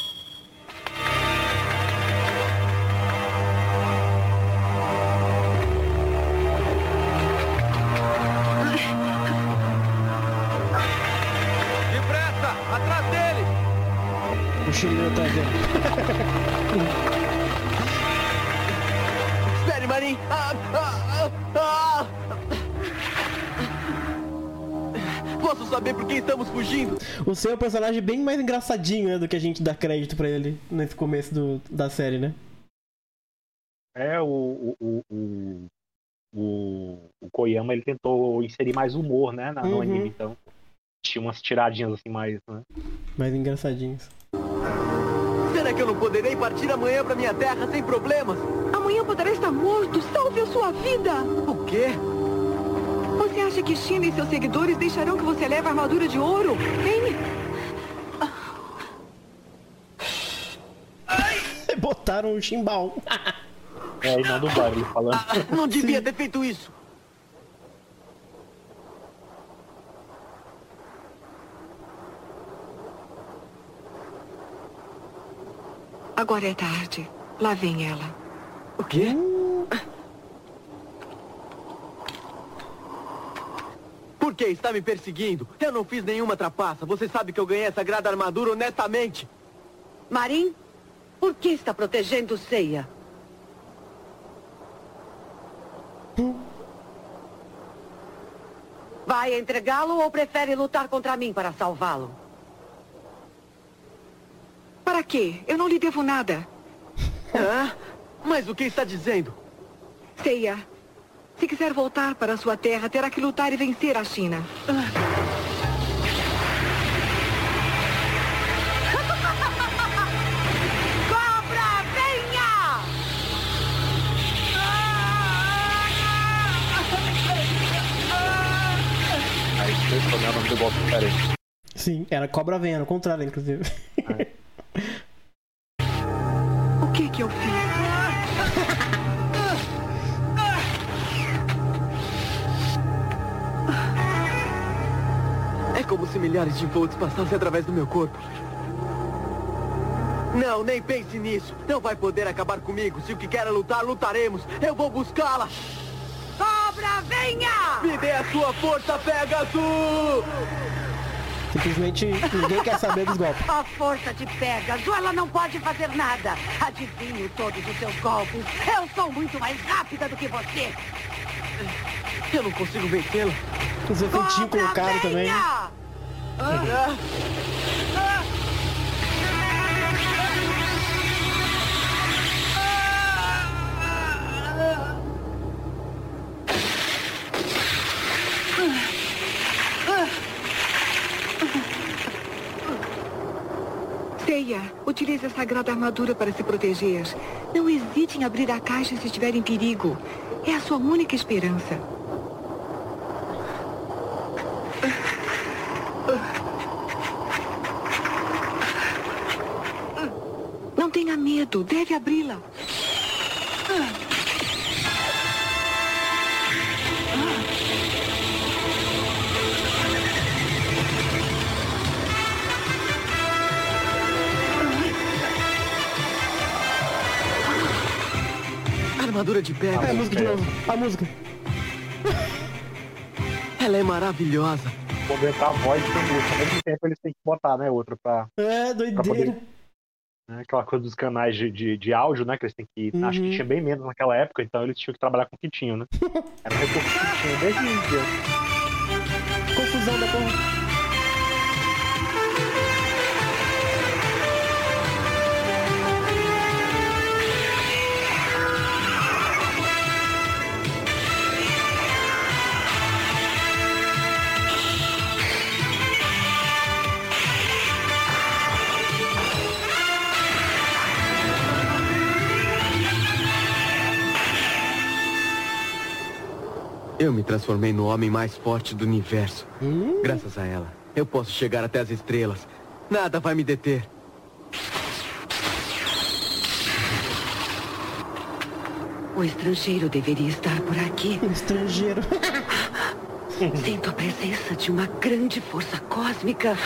Depressa! Atrás dele! O chinelo atrás dele. Espere, Marin! Posso saber por que estamos fugindo? O seu é um personagem bem mais engraçadinho, né, do que a gente dá crédito pra ele nesse começo da série, né? O Koyama, ele tentou inserir mais humor, né, no anime, então tinha umas tiradinhas assim mais, né? Mais engraçadinhos. Será que eu não poderei partir amanhã pra minha terra sem problemas? Amanhã poderá estar morto. Salve a sua vida! O quê? Você acha que China e seus seguidores deixarão que você leve a armadura de ouro? Vem! Botaram um chimbal. E não do barulho falando. Não devia ter feito isso. Agora é tarde. Lá vem ela. O quê? Por que está me perseguindo? Eu não fiz nenhuma trapaça. Você sabe que eu ganhei a sagrada armadura honestamente. Marin, por que está protegendo Seiya? Vai entregá-lo ou prefere lutar contra mim para salvá-lo? Para quê? Eu não lhe devo nada. Mas o que está dizendo? Seiya, se quiser voltar para sua terra, terá que lutar e vencer a China. Cobra, venha! Aí você o nome do golpe diferente. Sim, era Cobra Venha, no contrário, inclusive. O que eu fiz? É como se milhares de volts passassem através do meu corpo. Não, nem pense nisso. Não vai poder acabar comigo. Se o que quer é lutar, lutaremos. Eu vou buscá-la. Cobra, venha! Me dê a sua força, Pegasus! Simplesmente ninguém quer saber dos golpes. A força de Pegasus, ela não pode fazer nada. Adivinho todos os seus golpes. Eu sou muito mais rápida do que você. Eu não consigo vencê-la. Os efeitinhos colocaram também. Seiya, utilize a sagrada armadura para se proteger. Não hesite em abrir a caixa se estiver em perigo. É a sua única esperança. Não tenha medo, deve abri-la. Armadura de Pegasus. A música de novo. A música. Ela é maravilhosa. poder entrar a voz e música. Ao mesmo tempo eles têm que botar, né, outra pra... doideira. Pra poder, né, aquela coisa dos canais de áudio, né, que eles têm que... Acho que tinha bem menos naquela época, então eles tinham que trabalhar com o que tinham, né? Era um recurso que tinha desde o dia. Confusão da porra. Eu me transformei no homem mais forte do universo. Graças a ela, eu posso chegar até as estrelas. Nada vai me deter. O estrangeiro deveria estar por aqui. O estrangeiro. Sinto a presença de uma grande força cósmica.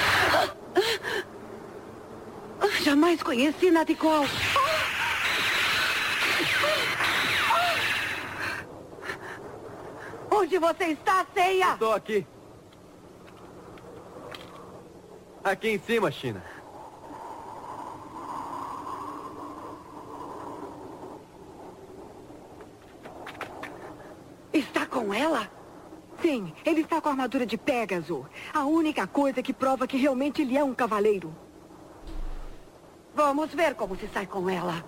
Jamais conheci nada igual. Onde você está, Seiya? Estou aqui. Aqui em cima, China. Está com ela? Sim, ele está com a armadura de Pégaso. A única coisa que prova que realmente ele é um cavaleiro. Vamos ver como se sai com ela.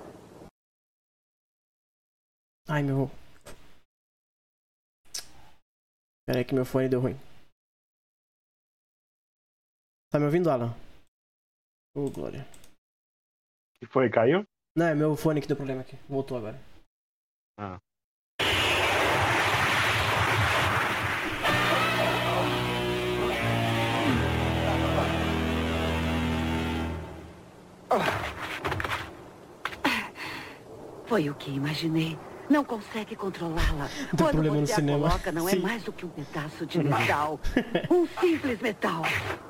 Ai, meu... Peraí que meu fone deu ruim. Tá me ouvindo, Alan? Ô, glória. O que foi? Caiu? Não, é meu fone que deu problema aqui. Voltou agora. Ah. Foi o que imaginei. Não consegue controlá-la. Deu Quando problema no você a cinema. coloca, não Sim. é mais do que um pedaço de metal. Um simples metal.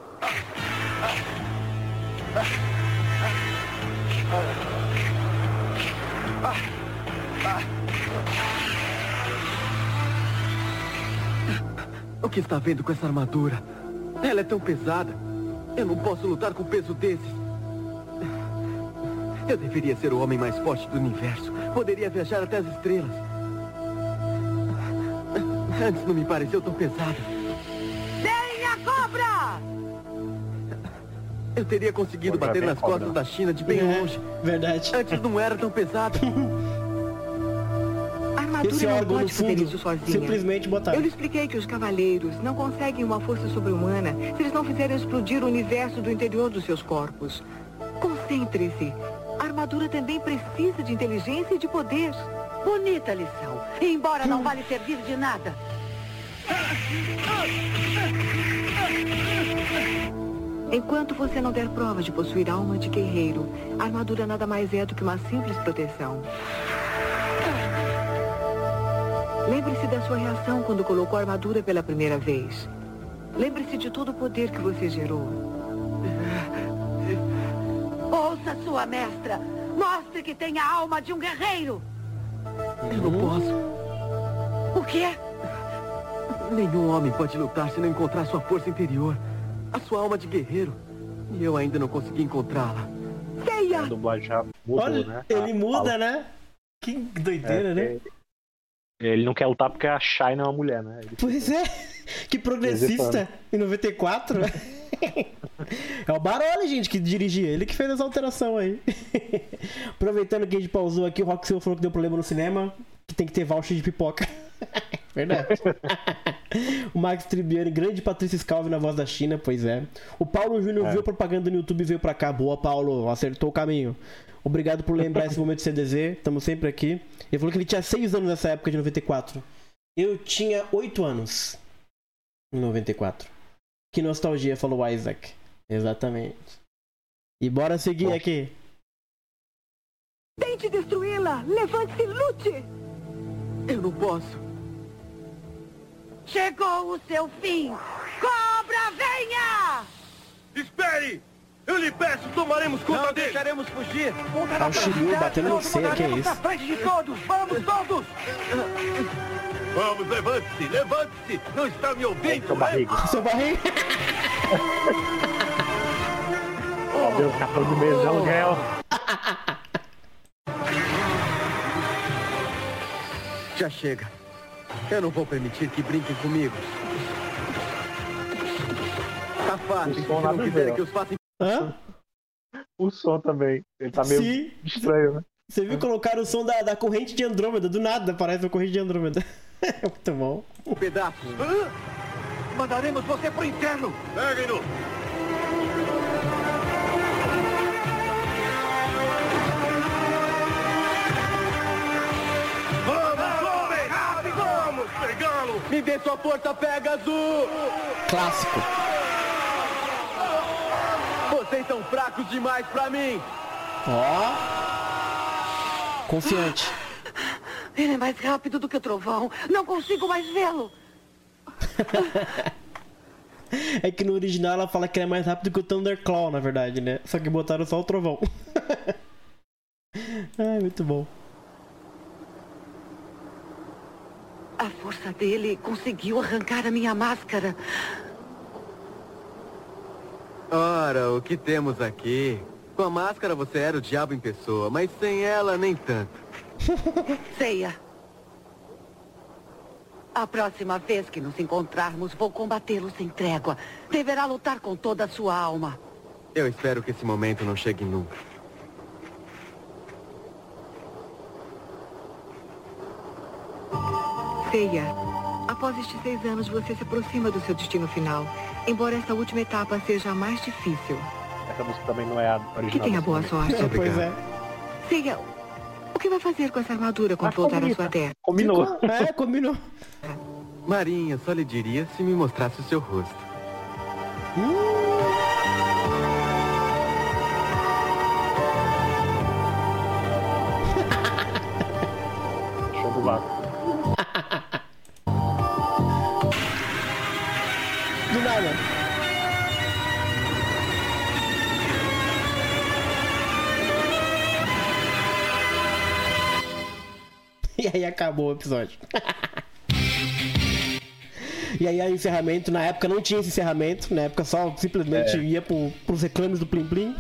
O que está vendo com essa armadura? Ela é tão pesada. Eu não posso lutar com o peso desses. Eu deveria ser o homem mais forte do universo. Poderia viajar até as estrelas. Antes não me pareceu tão pesado. Tenha cobra! Eu teria conseguido Cobra bater bem nas cobra. costas da China de bem longe. Verdade. Antes não era tão pesado. A armadura Esse não órgão no pode fazer fundo, isso sozinha. simplesmente botar. Eu lhe expliquei que os cavaleiros não conseguem uma força sobre-humana se eles não fizerem explodir o universo do interior dos seus corpos. Concentre-se. A armadura também precisa de inteligência e de poder. Bonita lição. Embora não vale servir de nada. Enquanto você não der prova de possuir alma de guerreiro, a armadura nada mais é do que uma simples proteção. Lembre-se da sua reação quando colocou a armadura pela primeira vez. Lembre-se de todo o poder que você gerou. Ouça sua mestra. Mostre que tem a alma de um guerreiro. Eu não posso. O quê? Nenhum homem pode lutar se não encontrar sua força interior. A sua alma de guerreiro. E eu ainda não consegui encontrá-la. A dublagem já mudou, Olha, né? ele muda, né? Que doideira, né? Ele não quer lutar porque a China é uma mulher, né? Ele Pois é. Que progressista. Em 94. É o Baroli, gente, que dirigia. Ele que fez essa alteração aí. Aproveitando que a gente pausou aqui, o Rock Silva falou que deu problema no cinema, que tem que ter voucher de pipoca. Verdade. O Max Tribiani, grande Patrícia Scalvi na voz da China, pois é. O Paulo Júnior viu a propaganda no YouTube e veio pra cá. Boa, Paulo, acertou o caminho. Obrigado por lembrar esse momento de CDZ, estamos sempre aqui. Ele falou que ele tinha 6 anos nessa época de 94. Eu tinha 8 anos em 94. Que nostalgia, falou o Isaac. Exatamente. E bora seguir aqui. Tente destruí-la! Levante-se e lute! Eu não posso. Chegou o seu fim! Cobra, venha! Espere! Eu lhe peço, tomaremos conta Não dele. deixaremos fugir. Tá o Shiryu batendo no C, que é isso? Na frente de todos! Vamos todos! Vamos, levante-se, levante-se. Não está me ouvindo? Seu barriga. Seu barriga. Meu Deus, cartão de mês de aluguel. Já chega. Eu não vou permitir que brinquem comigo. Tá fácil. Se não quiserem que os façam... Hã? O som também. Ele tá meio Sim. estranho, né? Você viu colocar o som da corrente de Andrômeda? Do nada parece a corrente de Andrômeda. É muito bom. Pedaços. Mandaremos você pro inferno! Peguem-no. Vamos pegá-lo! Me dê sua força, Pegasus! Clássico. Vocês são fracos demais pra mim! Ó. Confiante. Ele é mais rápido do que o trovão. Não consigo mais vê-lo. É que no original ela fala que ele é mais rápido que o Thunderclaw, na verdade, né? Só que botaram só o trovão. Ai, muito bom. A força dele conseguiu arrancar a minha máscara. Ora, o que temos aqui? Com a máscara você era o diabo em pessoa, mas sem ela nem tanto. Seiya. A próxima vez que nos encontrarmos, vou combatê-lo sem trégua. Deverá lutar com toda a sua alma. Eu espero que esse momento não chegue nunca. Seiya, após estes 6 anos, você se aproxima do seu destino final. Embora essa última etapa seja a mais difícil. Essa música também não é a original. Que tenha boa sorte. Pois é. Seiya, o que vai fazer com essa armadura quando voltar à sua terra? Combinou. Combinou. Marinha, só lhe diria se me mostrasse o seu rosto. Show do lado. Do nada. E aí acabou o episódio. E aí o encerramento, na época não tinha esse encerramento, na época só simplesmente ia pros reclames do Plim Plim.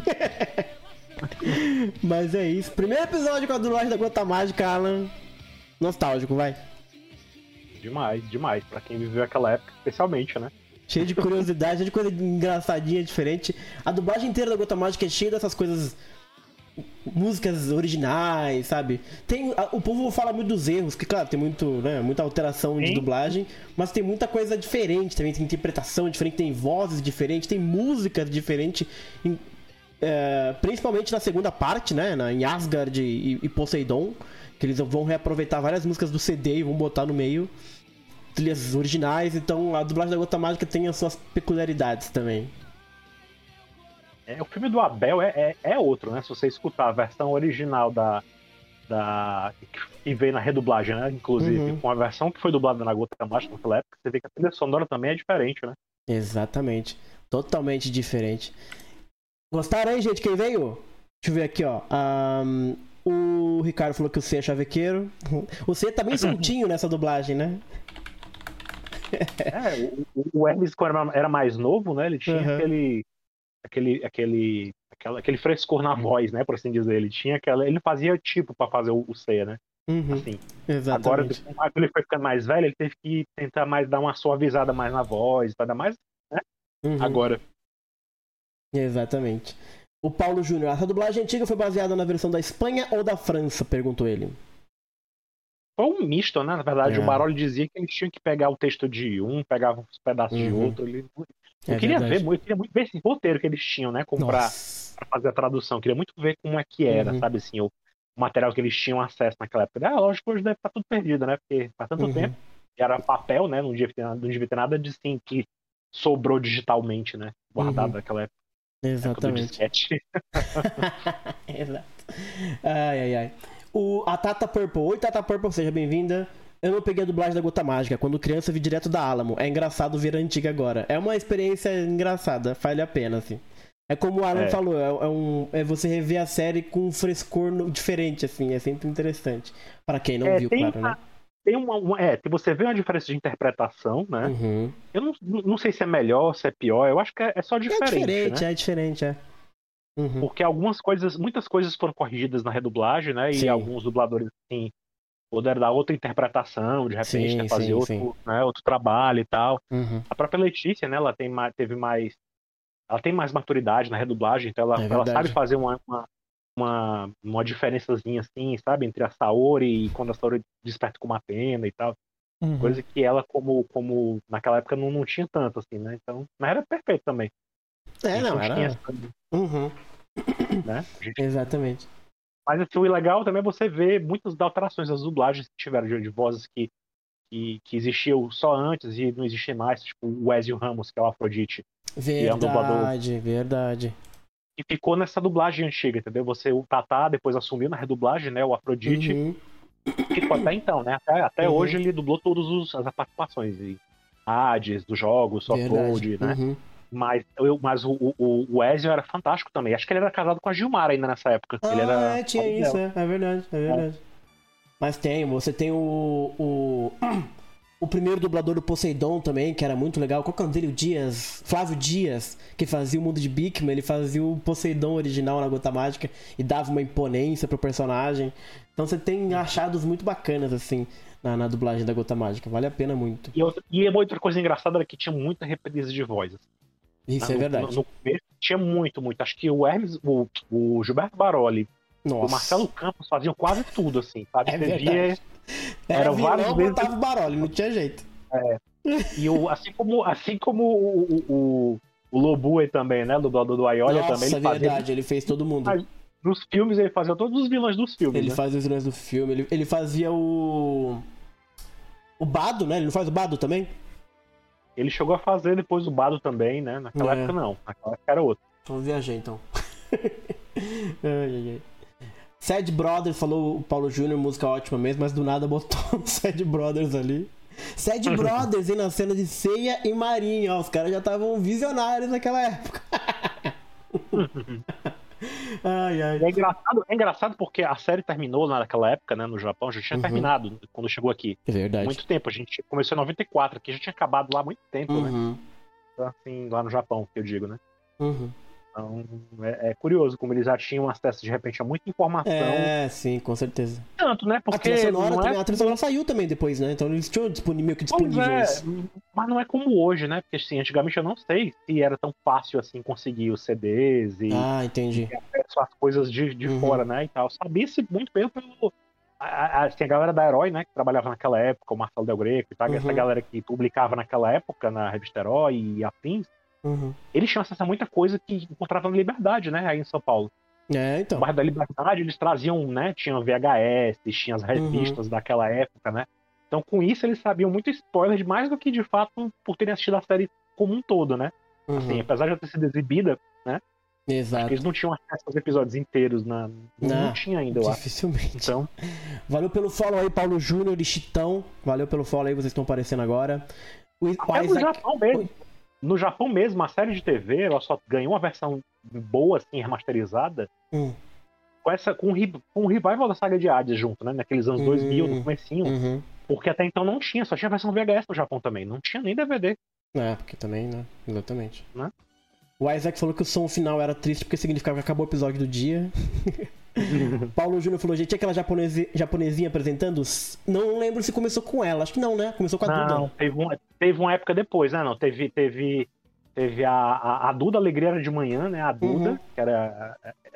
Mas é isso. Primeiro episódio com a dublagem da Gota Mágica, Alan. Nostálgico, vai. Demais, demais. Pra quem viveu aquela época, especialmente, né? Cheio de curiosidade, cheio de coisa engraçadinha, diferente. A dublagem inteira da Gota Mágica é cheia dessas coisas... músicas originais, sabe? O povo fala muito dos erros, que claro, tem muita alteração de dublagem, mas tem muita coisa diferente também, tem interpretação diferente, tem vozes diferentes, tem músicas diferentes, principalmente na segunda parte, né? Em Asgard e Poseidon, que eles vão reaproveitar várias músicas do CD e vão botar no meio trilhas originais, então a dublagem da Gota Mágica tem as suas peculiaridades também. O filme do Abel é outro, né? Se você escutar a versão original que veio na redublagem, né? Inclusive, com a versão que foi dublada na Gota Mágica naquela época, você vê que a trilha sonora também é diferente, né? Exatamente. Totalmente diferente. Gostaram aí, gente? Quem veio? Deixa eu ver aqui, ó. O Ricardo falou que o C é chavequeiro. O C tá bem soltinho nessa dublagem, né? O Hermes, quando era mais novo, né? Ele tinha aquele frescor na voz, né, por assim dizer. Ele fazia tipo pra fazer o C, né? Assim. Exatamente. Agora, quando ele foi ficando mais velho, ele teve que tentar mais dar uma suavizada mais na voz, pra dar mais, né? Agora. Exatamente. O Paulo Júnior, essa dublagem antiga foi baseada na versão da Espanha ou da França? Perguntou ele. Foi um misto, né? Na verdade, o Baroli dizia que eles tinham que pegar o texto de um, pegava uns pedaços de outro. Eu queria muito ver esse roteiro que eles tinham, né? Pra fazer a tradução. Eu queria muito ver como é que era, sabe assim, o material que eles tinham acesso naquela época. Lógico que hoje deve estar tudo perdido, né? Porque faz tanto tempo. E era papel, né? Não devia ter nada de assim que sobrou digitalmente, né? Guardado naquela época. Exatamente. Exato. Ai. A Tata Purple. Oi, Tata Purple, seja bem-vinda. Eu não peguei a dublagem da Gota Mágica. Quando criança, vi direto da Alamo. É engraçado ver a antiga agora. É uma experiência engraçada. Vale a pena, assim. É como o Alan falou, é você rever a série com um frescor diferente, assim, é sempre interessante. Para quem não viu, claro, né? Tem se você vê uma diferença de interpretação, né? Eu não sei se é melhor, se é pior, eu acho que é só diferente. É diferente. Porque muitas coisas foram corrigidas na redublagem, né? E alguns dubladores, assim, puderam dar outra interpretação, de repente, né? Fazer outro trabalho e tal. A própria Letícia, né? Ela tem mais maturidade na redublagem, então ela sabe fazer uma diferençazinha assim, sabe? Entre a Saori e quando a Saori desperta com uma pena e tal. Coisa que ela, como naquela época, não tinha tanto, assim, né? Então, mas era perfeito também. Era... Né? Exatamente. Mas assim, o legal também é você ver muitas alterações das dublagens que tiveram de vozes que existiam só antes e não existem mais, tipo o Ezio Ramos, que é o Afrodite. Verdade. E ficou nessa dublagem antiga, entendeu? O Tatá depois assumiu na redublagem, né? O Afrodite. Ficou até então, né? Até hoje ele dublou todas as participações. E Hades, dos jogos, Softload, né? Mas o Ezio era fantástico também. Acho que ele era casado com a Gilmar ainda nessa época. Tinha isso, é verdade. Mas você tem o primeiro dublador do Poseidon também, que era muito legal. Qual que é o nome dele? Flávio Dias, que fazia o mundo de Bigman. Ele fazia o Poseidon original na Gota Mágica e dava uma imponência pro personagem. Então você tem achados muito bacanas, assim, na dublagem da Gota Mágica. Vale a pena muito. E outra coisa engraçada era que tinha muita reprise de voz. Isso é verdade. No começo tinha muito. Acho que o Hermes, o Gilberto Baroli, o Marcelo Campos faziam quase tudo, assim, sabe? Era vários vezes. Botava o Baroli, não tinha jeito. E assim como o Lobue também, né? Dublador do Aiolia também. Nossa, é verdade, ele fez todo mundo. Nos filmes ele fazia todos os vilões dos filmes. Ele fazia os vilões do filme, ele fazia o Bado, né? Ele não faz o Bado também? Ele chegou a fazer depois o Bado também, né? Naquela época não, naquela época era outro. Então viajei então. Sad Brothers falou o Paulo Júnior, música ótima mesmo, mas do nada botou o Sad Brothers ali. Sad Brothers, hein, na cena de Seiya e Marinha, os caras já estavam visionários naquela época. É engraçado porque a série terminou naquela época, né, no Japão, já tinha terminado quando chegou aqui. É verdade. Muito tempo, a gente começou em 94, aqui já tinha acabado lá há muito tempo, né? Então, assim, lá no Japão, que eu digo, né? Então, é curioso como eles já tinham acesso, de repente, a muita informação. Sim, com certeza. Tanto, né? Porque a trilha sonora saiu também depois, né? Então eles tinham meio que disponíveis. Mas não é como hoje, né? Porque assim, antigamente eu não sei se era tão fácil assim conseguir os CDs e entendi. acesso às coisas de fora, né? E tal. Sabia-se muito bem pelo. Assim, a galera da Herói, né? Que trabalhava naquela época, o Marcelo Del Greco e tal, essa galera que publicava naquela época na revista Herói e afins. Eles tinham acesso a muita coisa que encontrava na Liberdade, né? Aí em São Paulo. Então. No bairro da Liberdade, eles traziam, né? Tinham VHS, tinham as revistas daquela época, né? Então, com isso, eles sabiam muito spoiler, mais do que, de fato, por terem assistido a série como um todo, né? Assim, apesar de ela ter sido exibida, né? Exato. Eles não tinham acesso aos episódios inteiros, não tinha ainda, eu acho. Dificilmente. Então... Valeu pelo follow aí, Paulo Júnior e Chitão. Valeu pelo follow aí, vocês estão aparecendo agora. No Japão mesmo. No Japão mesmo, a série de TV, ela só ganhou uma versão boa, assim, remasterizada, com o revival da saga de Hades junto, né? Naqueles anos 2000, no comecinho. Porque até então não tinha, só tinha versão VHS no Japão também. Não tinha nem DVD. Porque também, né? Exatamente. Né? O Isaac falou que o som final era triste porque significava que acabou o episódio do dia. Paulo Júnior falou, gente, tinha aquela japonesinha apresentando? Não lembro se começou com ela. Acho que não, né? Começou com a Duda. Não, teve uma época depois, né? Não, teve a Duda Alegria era de manhã, né? A Duda, que era...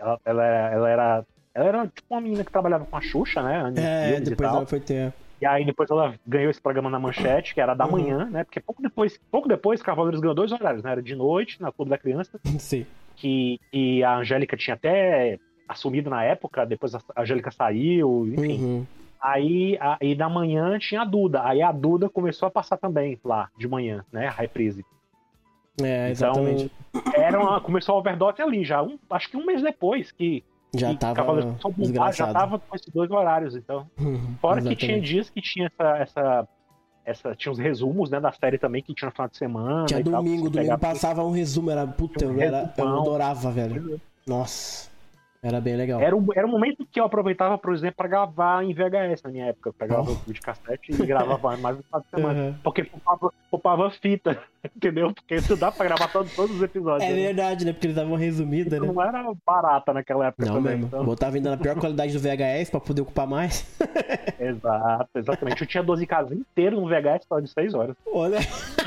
Ela era tipo uma menina que trabalhava com a Xuxa, né? Depois ela foi ter... E aí depois ela ganhou esse programa na Manchete, que era da manhã, né? Porque pouco depois Cavaleiros ganhou 2 horários, né? Era de noite, na Clube da Criança. Sim. Que a Angélica tinha até assumido na época, depois a Angélica saiu, enfim. Aí da manhã tinha a Duda. Aí a Duda começou a passar também lá, de manhã, né? A reprise. Exatamente. Então, começou a overdose ali já. Acho que um mês depois que tava já tava com esses 2 horários, então. Fora exatamente. Que tinha dias que tinha tinha os resumos, né, da série também, que tinha no final de semana. Tinha domingo tal, passava um resumo, eu adorava, velho. Nossa, era bem legal. Era um momento que eu aproveitava, por exemplo, pra gravar em VHS na minha época. Eu pegava o de cassete e gravava mais no final de semana. Porque poupava fita, entendeu? Porque isso dá pra gravar todos os episódios. É verdade, né? Porque eles davam resumida, né? Não era barata naquela época também. Mesmo. Então... Botava ainda na pior qualidade do VHS pra poder ocupar mais. Exatamente. Eu tinha 12 casas inteiras no VHS só de 6 horas. Olha...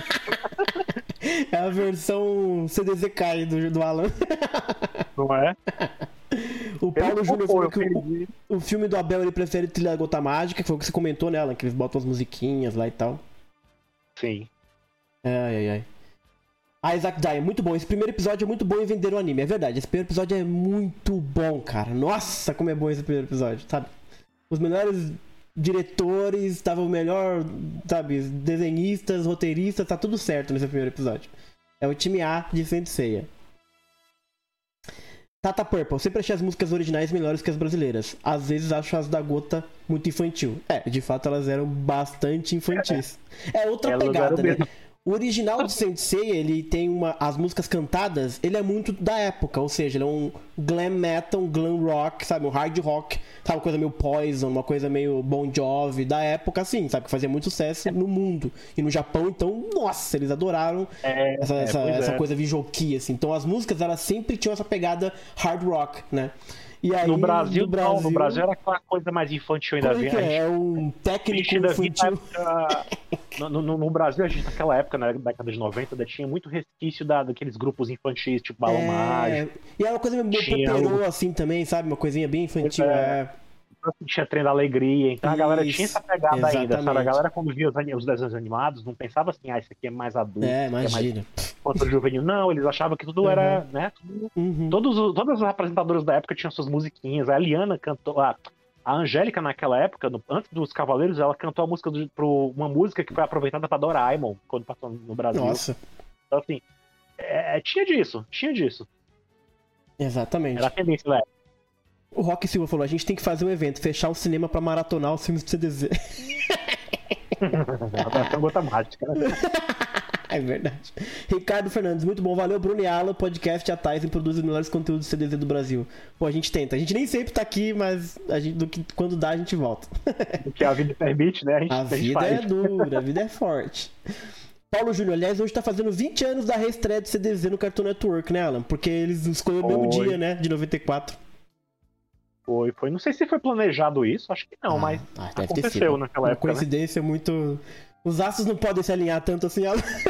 É a versão CDZK do Alan. Não é? O Paulo Júnior falou que o filme do Abel ele prefere Trilha da Gota Mágica, que foi o que você comentou, né, Alan? Que eles botam as musiquinhas lá e tal. Sim. Ai. Isaac Dyer, muito bom. Esse primeiro episódio é muito bom em vender o anime. É verdade, esse primeiro episódio é muito bom, cara. Nossa, como é bom esse primeiro episódio, sabe? Os melhores diretores, estavam o melhor, sabe, desenhistas, roteiristas, tá tudo certo nesse primeiro episódio. É o time A de Saint Seiya. Tata Purple, sempre achei as músicas originais melhores que as brasileiras. Às vezes acho as da Gota muito infantil. De fato elas eram bastante infantis. É outra pegada, né? O original de Saint Seiya, ele tem as músicas cantadas, ele é muito da época, ou seja, ele é um glam metal, um glam rock, sabe, um hard rock, sabe, uma coisa meio Poison, uma coisa meio Bon Jovi, da época assim, sabe, que fazia muito sucesso no mundo. E no Japão, então, nossa, eles adoraram essa coisa Vijoki, assim. Então as músicas, elas sempre tinham essa pegada hard rock, né? E aí, no Brasil era aquela coisa mais infantil ainda. Como é um técnico infantil. No Brasil, a gente naquela época, na década de 90, ainda tinha muito resquício daqueles grupos infantis, tipo Balão Mágico. E era uma coisa meio peperô, assim, também, sabe? Uma coisinha bem infantil. Tinha Trem da Alegria, então a galera tinha essa pegada ainda, sabe? A galera, quando via os desenhos animados, não pensava assim, isso aqui é mais adulto. Imagina. Quanto juvenil. Não, eles achavam que tudo era, né? Todas as apresentadoras da época tinham suas musiquinhas. A Eliana cantou. A Angélica, naquela época, antes dos Cavaleiros, ela cantou a música uma música que foi aproveitada pra Doraemon, quando passou no Brasil. Nossa. Então, assim, tinha disso. Exatamente. Era a tendência da época. O Rock Silva falou, a gente tem que fazer um evento, fechar um cinema pra maratonar os filmes do CDZ. Atração Gota Mágica. É verdade. Ricardo Fernandes, muito bom. Valeu, Bruno e Alan. Podcast a Tyson produz os melhores conteúdos do CDZ do Brasil. Pô, a gente tenta. A gente nem sempre tá aqui, mas quando dá, a gente volta. O que a vida permite, né? A vida é dura, a vida é forte. Paulo Júnior, aliás, hoje tá fazendo 20 anos da reestreia do CDZ no Cartoon Network, né, Alan? Porque eles escolheram o mesmo dia, né? De 94. Foi. Não sei se foi planejado isso, acho que não, mas aconteceu naquela época. Coincidência muito. Os astros não podem se alinhar tanto assim.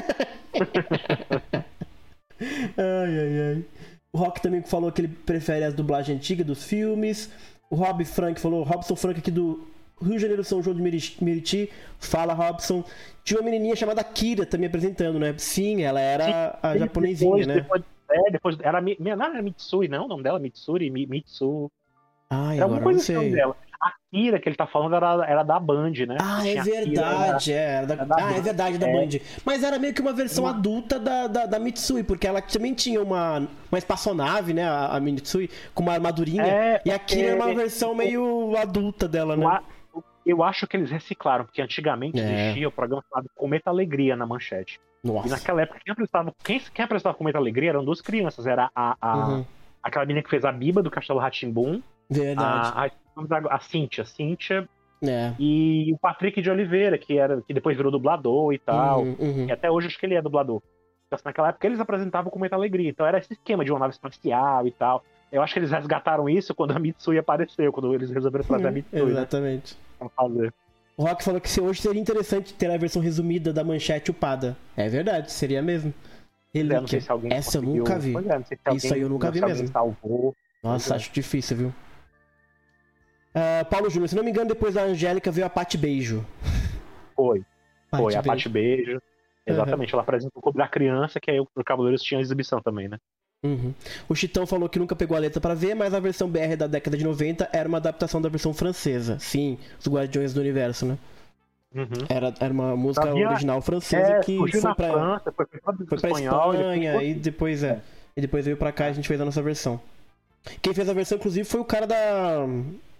Ai. O Rock também falou que ele prefere as dublagens antigas dos filmes. O Robson Frank aqui do Rio de Janeiro, São João de Meriti. Fala, Robson. Tinha uma menininha chamada Kira também apresentando, né? Sim, ela era a japonesinha, né? Depois não era Mitsui, não? O nome dela é Mitsuri, Mitsu. Ai, agora não sei. Dela. A Kira que ele tá falando era da Band, né? É verdade, é verdade, da Band. Mas era meio que uma versão adulta da Mitsui, porque ela também tinha uma espaçonave, né? A Mitsui, com uma armadurinha. E a Kira era uma versão meio adulta dela, né? Eu acho que eles reciclaram, porque antigamente existia o programa chamado Cometa Alegria na Manchete. Nossa. E naquela época, quem apresentava Cometa Alegria eram duas crianças. Era aquela menina que fez a Biba do Castelo Rá-Tim-Bum. Verdade. A Cíntia e o Patrick de Oliveira, que depois virou dublador e tal. E até hoje acho que ele é dublador. Então, naquela época eles apresentavam com muita alegria. Então era esse esquema de uma nave espacial e tal. Eu acho que eles resgataram isso quando a Mitsui apareceu, quando eles resolveram trazer a Mitsui. Exatamente. Né, pra fazer. O Rock falou que hoje seria interessante ter a versão resumida da Manchete upada. É verdade, seria mesmo. Não sei se alguém essa eu nunca vi. Isso aí eu nunca vi mesmo. Salvou. Nossa, acho difícil, viu? Paulo Júnior, se não me engano, depois da Angélica veio a Pati Beijo. Foi, a Pati Beijo. Exatamente, ela apresenta o Clube da Criança, que aí o Cavaleiros tinha exibição também, né? O Chitão falou que nunca pegou a letra pra ver, mas a versão BR da década de 90 era uma adaptação da versão francesa. Sim, os Guardiões do Universo, né? Era uma música original francesa que foi pra França, foi pra Espanha e depois veio pra cá e a gente fez a nossa versão. Quem fez a versão, inclusive, foi o cara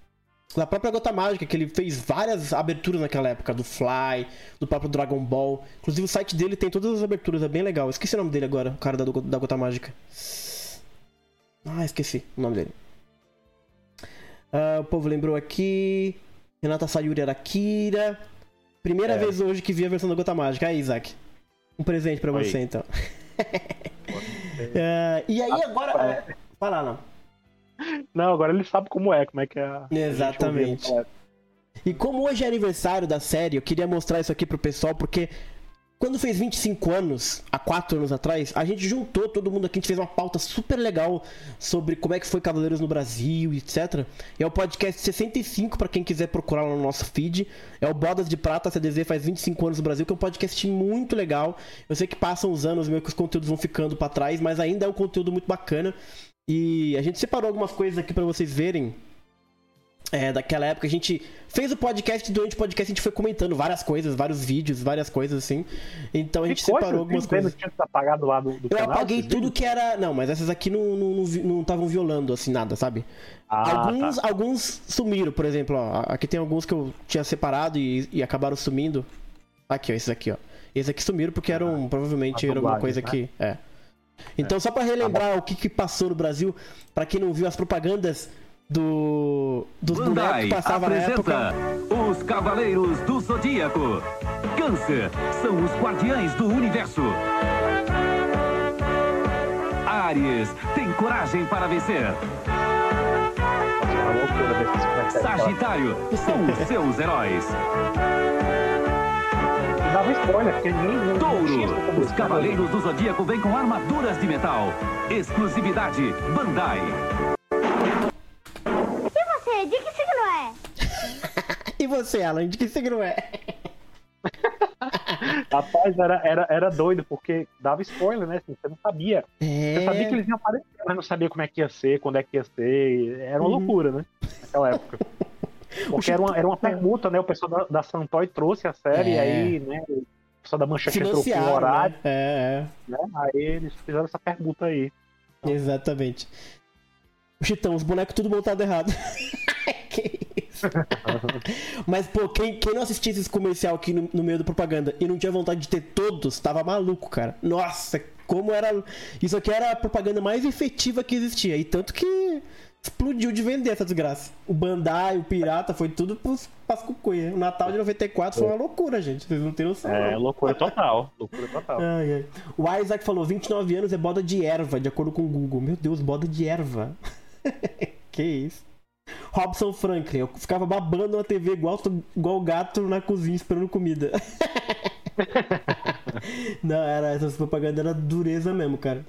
Da própria Gota Mágica, que ele fez várias aberturas naquela época, do Fly, do próprio Dragon Ball. Inclusive o site dele tem todas as aberturas, é bem legal. Esqueci o nome dele agora, o cara da Gota Mágica. Esqueci o nome dele. O povo lembrou aqui. Renata Sayuri era Kira. Primeira vez hoje que vi a versão da Gota Mágica. Aí, Isaac. Um presente pra você, então. E aí agora... Vai lá, não. Não, agora ele sabe como é que é a... Exatamente. E como hoje é aniversário da série, eu queria mostrar isso aqui pro pessoal, porque quando fez 25 anos, há 4 anos atrás, a gente juntou todo mundo aqui, a gente fez uma pauta super legal sobre como é que foi Cavaleiros no Brasil, etc. É o podcast 65, pra quem quiser procurar lá no nosso feed. É o Bodas de Prata, CDZ, faz 25 anos no Brasil, que é um podcast muito legal. Eu sei que passam os anos, meio que os conteúdos vão ficando pra trás, mas ainda é um conteúdo muito bacana. E a gente separou algumas coisas aqui pra vocês verem. Daquela época a gente fez o podcast, durante o podcast a gente foi comentando várias coisas, vários vídeos, várias coisas assim. Então a gente separou algumas coisas. Tinha apagado lá do eu canal, apaguei tudo que era... Não, mas essas aqui não estavam violando assim nada, sabe? Alguns sumiram, por exemplo, ó. Aqui tem alguns que eu tinha separado e acabaram sumindo. Aqui, ó, esses aqui, ó. Esses aqui sumiram porque eram, provavelmente, era alguma coisa que... Então, só pra relembrar o que passou no Brasil, pra quem não viu as propagandas dos bonecos que passavam na época. Os Cavaleiros do Zodíaco. Câncer são os guardiães do universo. Áries tem coragem para vencer. Sagitário são os seus heróis. Dava spoiler, porque ninguém... Touro, os Cavaleiros do Zodíaco vêm com armaduras de metal. Exclusividade Bandai. E você, de que signo é? E você, Alan, de que signo é? Rapaz, era doido, porque dava spoiler, né? Assim, você não sabia. Você sabia que eles iam aparecer, mas não sabia como é que ia ser, quando é que ia ser. Era uma loucura, né? Naquela época. Porque era uma permuta, né? O pessoal da Santoy trouxe a série, e aí, né? O pessoal da Manchete trocou o horário. Né? Aí eles fizeram essa permuta aí. Exatamente. O Chitão, os bonecos tudo montado errado. Que isso? Mas, pô, quem não assistisse esse comercial aqui no meio da propaganda e não tinha vontade de ter todos, tava maluco, cara. Nossa, como era... Isso aqui era a propaganda mais efetiva que existia. E tanto que explodiu de vender essa desgraça. O Bandai, o Pirata, foi tudo pras cucuia. O Natal de 94 foi uma loucura, gente. Vocês não têm noção. Loucura total. Loucura total. Ai. O Isaac falou, 29 anos é boda de erva, de acordo com o Google. Meu Deus, boda de erva. Que isso? Robson Franklin, eu ficava babando na TV igual gato na cozinha esperando comida. Não, essas propagandas eram dureza mesmo, cara.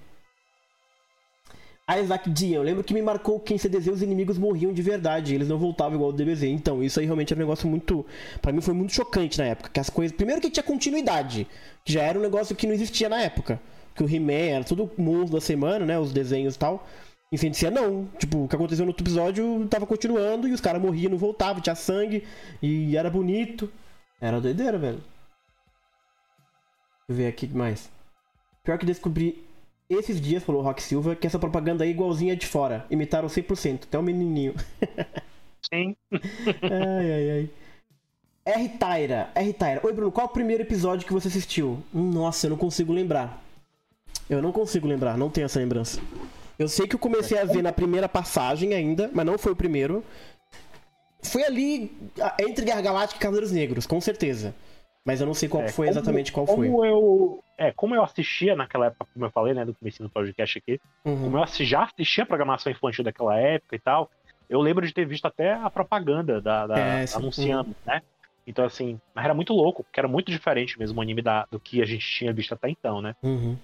Isaac Dian, eu lembro que me marcou que em CDZ os inimigos morriam de verdade, eles não voltavam igual o DBZ. Então, isso aí realmente era um negócio muito... Pra mim foi muito chocante na época, que as coisas... Primeiro que tinha continuidade, que já era um negócio que não existia na época. Que o He-Man era todo mundo da semana, né, os desenhos e tal. Em Feiticeira não, tipo, o que aconteceu no outro episódio tava continuando e os caras morriam, não voltavam, tinha sangue e era bonito. Era doideira, velho. Deixa eu ver aqui mais. Pior que descobri esses dias, falou o Rock Silva, que essa propaganda aí é igualzinha de fora. Imitaram 100%, até o menininho. Sim. Ai. R-Tyra. Oi, Bruno, qual o primeiro episódio que você assistiu? Nossa, eu não consigo lembrar. Não tenho essa lembrança. Eu sei que eu comecei a ver na primeira passagem ainda, mas não foi o primeiro. Foi ali entre Guerra Galáctica e Cavaleiros Negros, com certeza. Mas eu não sei qual foi exatamente qual foi. Como eu assistia naquela época, como eu falei, né, do começo do podcast aqui, como eu já assistia a programação infantil daquela época e tal, eu lembro de ter visto até a propaganda anunciando, né? Então, assim, mas era muito louco, porque era muito diferente mesmo o anime do que a gente tinha visto até então, né?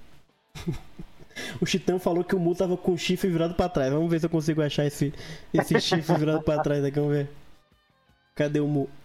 O Chitão falou que o Mu tava com o chifre virado pra trás. Vamos ver se eu consigo achar esse chifre virado pra trás aqui, vamos ver. Cadê o Mu?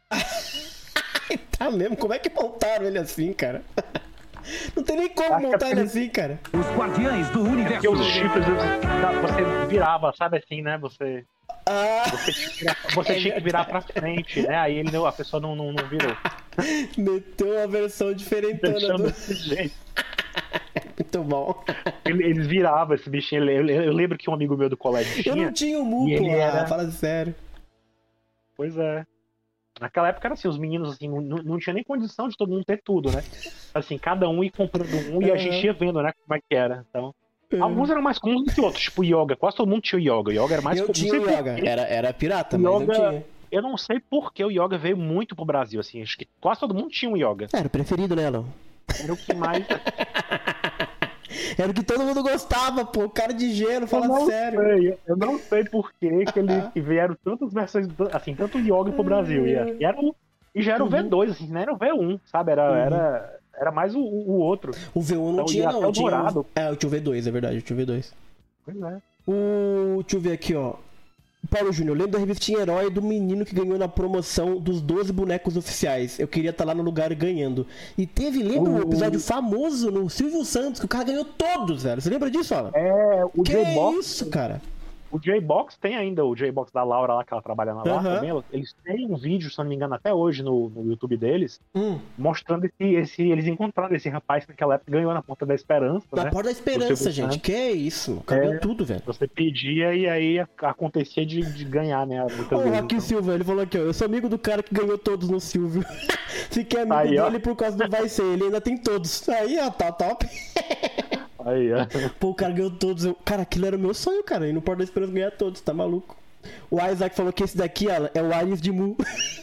Tá mesmo? Como é que montaram ele assim, cara? Não tem nem como montar ele assim, cara. Os guardiães do universo. Porque os chifres, você virava, sabe assim, né? Você tinha que virar pra frente, né? Aí a pessoa não virou. Meteu uma versão diferentona desse jeito. Muito bom. Eles viravam esse bichinho. Eu lembro que um amigo meu do colégio tinha. Eu não tinha o Mu, fala sério. Pois é. Naquela época era assim, os meninos assim, não tinha nem condição de todo mundo ter tudo, né? Assim, cada um ia comprando um e a gente ia vendo, né, como é que era. Então, alguns eram mais comuns do que outros, tipo yoga. Quase todo mundo tinha yoga. Yoga era mais comum. Eu tinha o yoga, era pirata, mas yoga, eu tinha. Eu não sei por que o yoga veio muito pro Brasil, assim, acho que quase todo mundo tinha um yoga. Era o preferido, né, Alan? Era o que mais... Era o que todo mundo gostava, pô. Cara de gelo, fala sério. Eu não sei por que que vieram tantas versões, assim, tanto yoga pro Brasil. E já era o V2, assim, não era o V1, sabe? Era mais o outro. O V1 não então, tinha, não. Eu tinha eu tinha o V2, é verdade, eu tinha o V2. Pois é. Deixa eu ver aqui, ó. Paulo Júnior, lembro da revistinha Herói do menino que ganhou na promoção dos 12 bonecos oficiais. Eu queria estar lá no lugar ganhando. E lembra um episódio famoso no Silvio Santos, que o cara ganhou todos, velho. Você lembra disso, Alan? O J-Box. Que isso, cara? O J-Box tem ainda, o J-Box da Laura lá, que ela trabalha na lá também. Eles têm um vídeo, se não me engano, até hoje no YouTube deles, mostrando eles encontraram esse rapaz que naquela época ganhou na Porta da Esperança. Na Porta da Esperança, gente. Que é isso? Ganhou tudo, velho. Você pedia e aí acontecia de ganhar, né? O Roque Silva, ele falou aqui, ó. Eu sou amigo do cara que ganhou todos no Silvio. Fiquei amigo dele por causa do Vai Ser. Ele ainda tem todos. Aí, ó, tá top. Aí, ó. Pô, o cara ganhou todos. Cara, aquilo era o meu sonho, cara. E no Porta da Esperança ganhar todos, tá maluco? O Isaac falou que esse daqui, ó, é o Ares de Mu.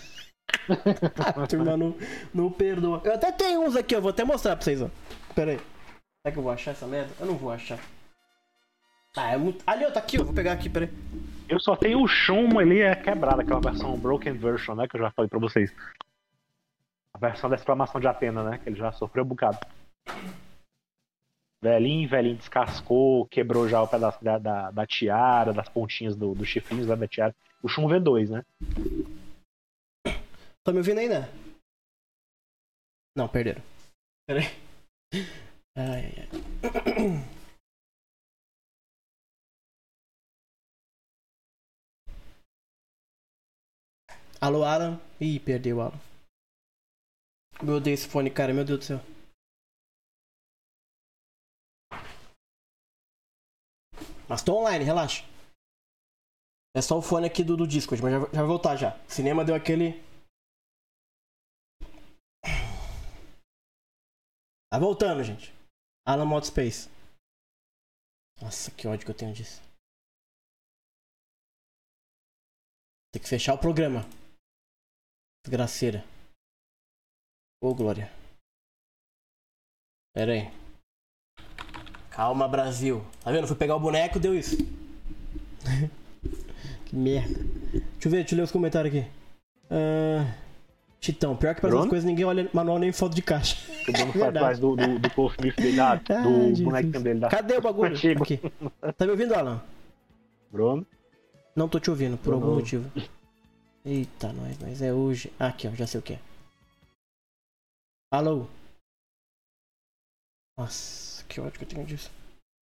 A turma não perdoa. Eu até tenho uns aqui, eu vou até mostrar pra vocês, ó. Pera aí. Será que eu vou achar essa merda? Eu não vou achar. É muito... Ali, ó, tá aqui, ó. Vou pegar aqui, pera aí. Eu só tenho o Shun, ele é quebrado, aquela versão Broken Version, né? Que eu já falei pra vocês. A versão da exclamação de Atena, né? Que ele já sofreu um bocado. Velhinho descascou, quebrou já o pedaço da tiara, das pontinhas dos chifrinhos lá da tiara. O Shun V2, né? Tá me ouvindo ainda? Não, perderam. Pera aí. Ai. Alô, Alan? Ih, perdeu o Alan. Eu odeio esse fone, cara, meu Deus do céu. Mas tô online, relaxa. É só o fone aqui do Discord, mas já vai voltar já. O cinema deu aquele... Tá voltando, gente. Alan Mod Space. Nossa, que ódio que eu tenho disso. Tem que fechar o programa. Desgraceira. Ô, Glória. Pera aí. Calma, Brasil. Tá vendo? Fui pegar o boneco e deu isso. Que merda. Deixa eu ler os comentários aqui. Titão, pior que para essas coisas ninguém olha manual nem foto de caixa. O Bruno faz atrás do Cofmif dele, do bonequinho dele. Cadê o bagulho? Aqui. Tá me ouvindo, Alan? Bruno? Não tô te ouvindo, por algum motivo. Eita, mas é hoje. Aqui, ó, já sei o que é. Alô? Nossa, que ódio que eu tenho disso.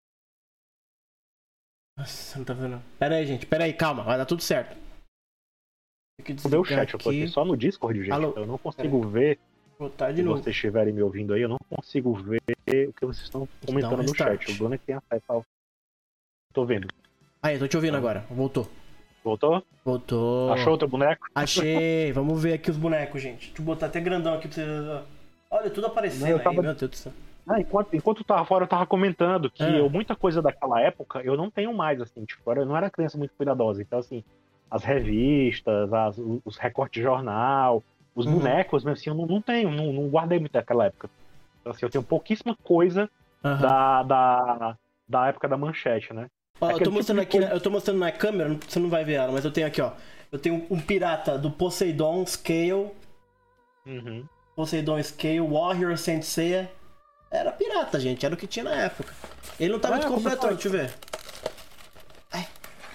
Nossa, não tá vendo. Pera aí, gente, calma, vai dar tudo certo. Cadê o chat? Eu tô aqui só no Discord, gente. Alô? Eu não consigo ver. Botar de se novo. vocês estiverem me ouvindo aí, eu não consigo ver o que vocês estão comentando no chat. O Bruno é que tem acesso ao... Tô vendo. Aí, eu tô te ouvindo agora. Voltou. Voltou? Voltou. Achou outro boneco? Achei. Vamos ver aqui os bonecos, gente. Deixa eu botar até grandão aqui pra vocês. Olha, tudo aparecendo aí, meu Deus do céu. Enquanto eu tava fora, eu tava comentando que muita coisa daquela época eu não tenho mais, assim. Tipo, eu não era criança muito cuidadosa. Então, assim, as revistas, os recortes de jornal, os bonecos, mesmo assim, eu não tenho, não guardei muito daquela época. Então, assim, eu tenho pouquíssima coisa da época da Manchete, né? Ó, eu tô mostrando aqui, eu tô mostrando na câmera, você não vai ver ela, mas eu tenho aqui, ó. Eu tenho um pirata do Poseidon Scale. Poseidon Scale, Warrior Sensei. Era pirata, gente, era o que tinha na época. Ele não tá muito completão, deixa eu ver. Ai.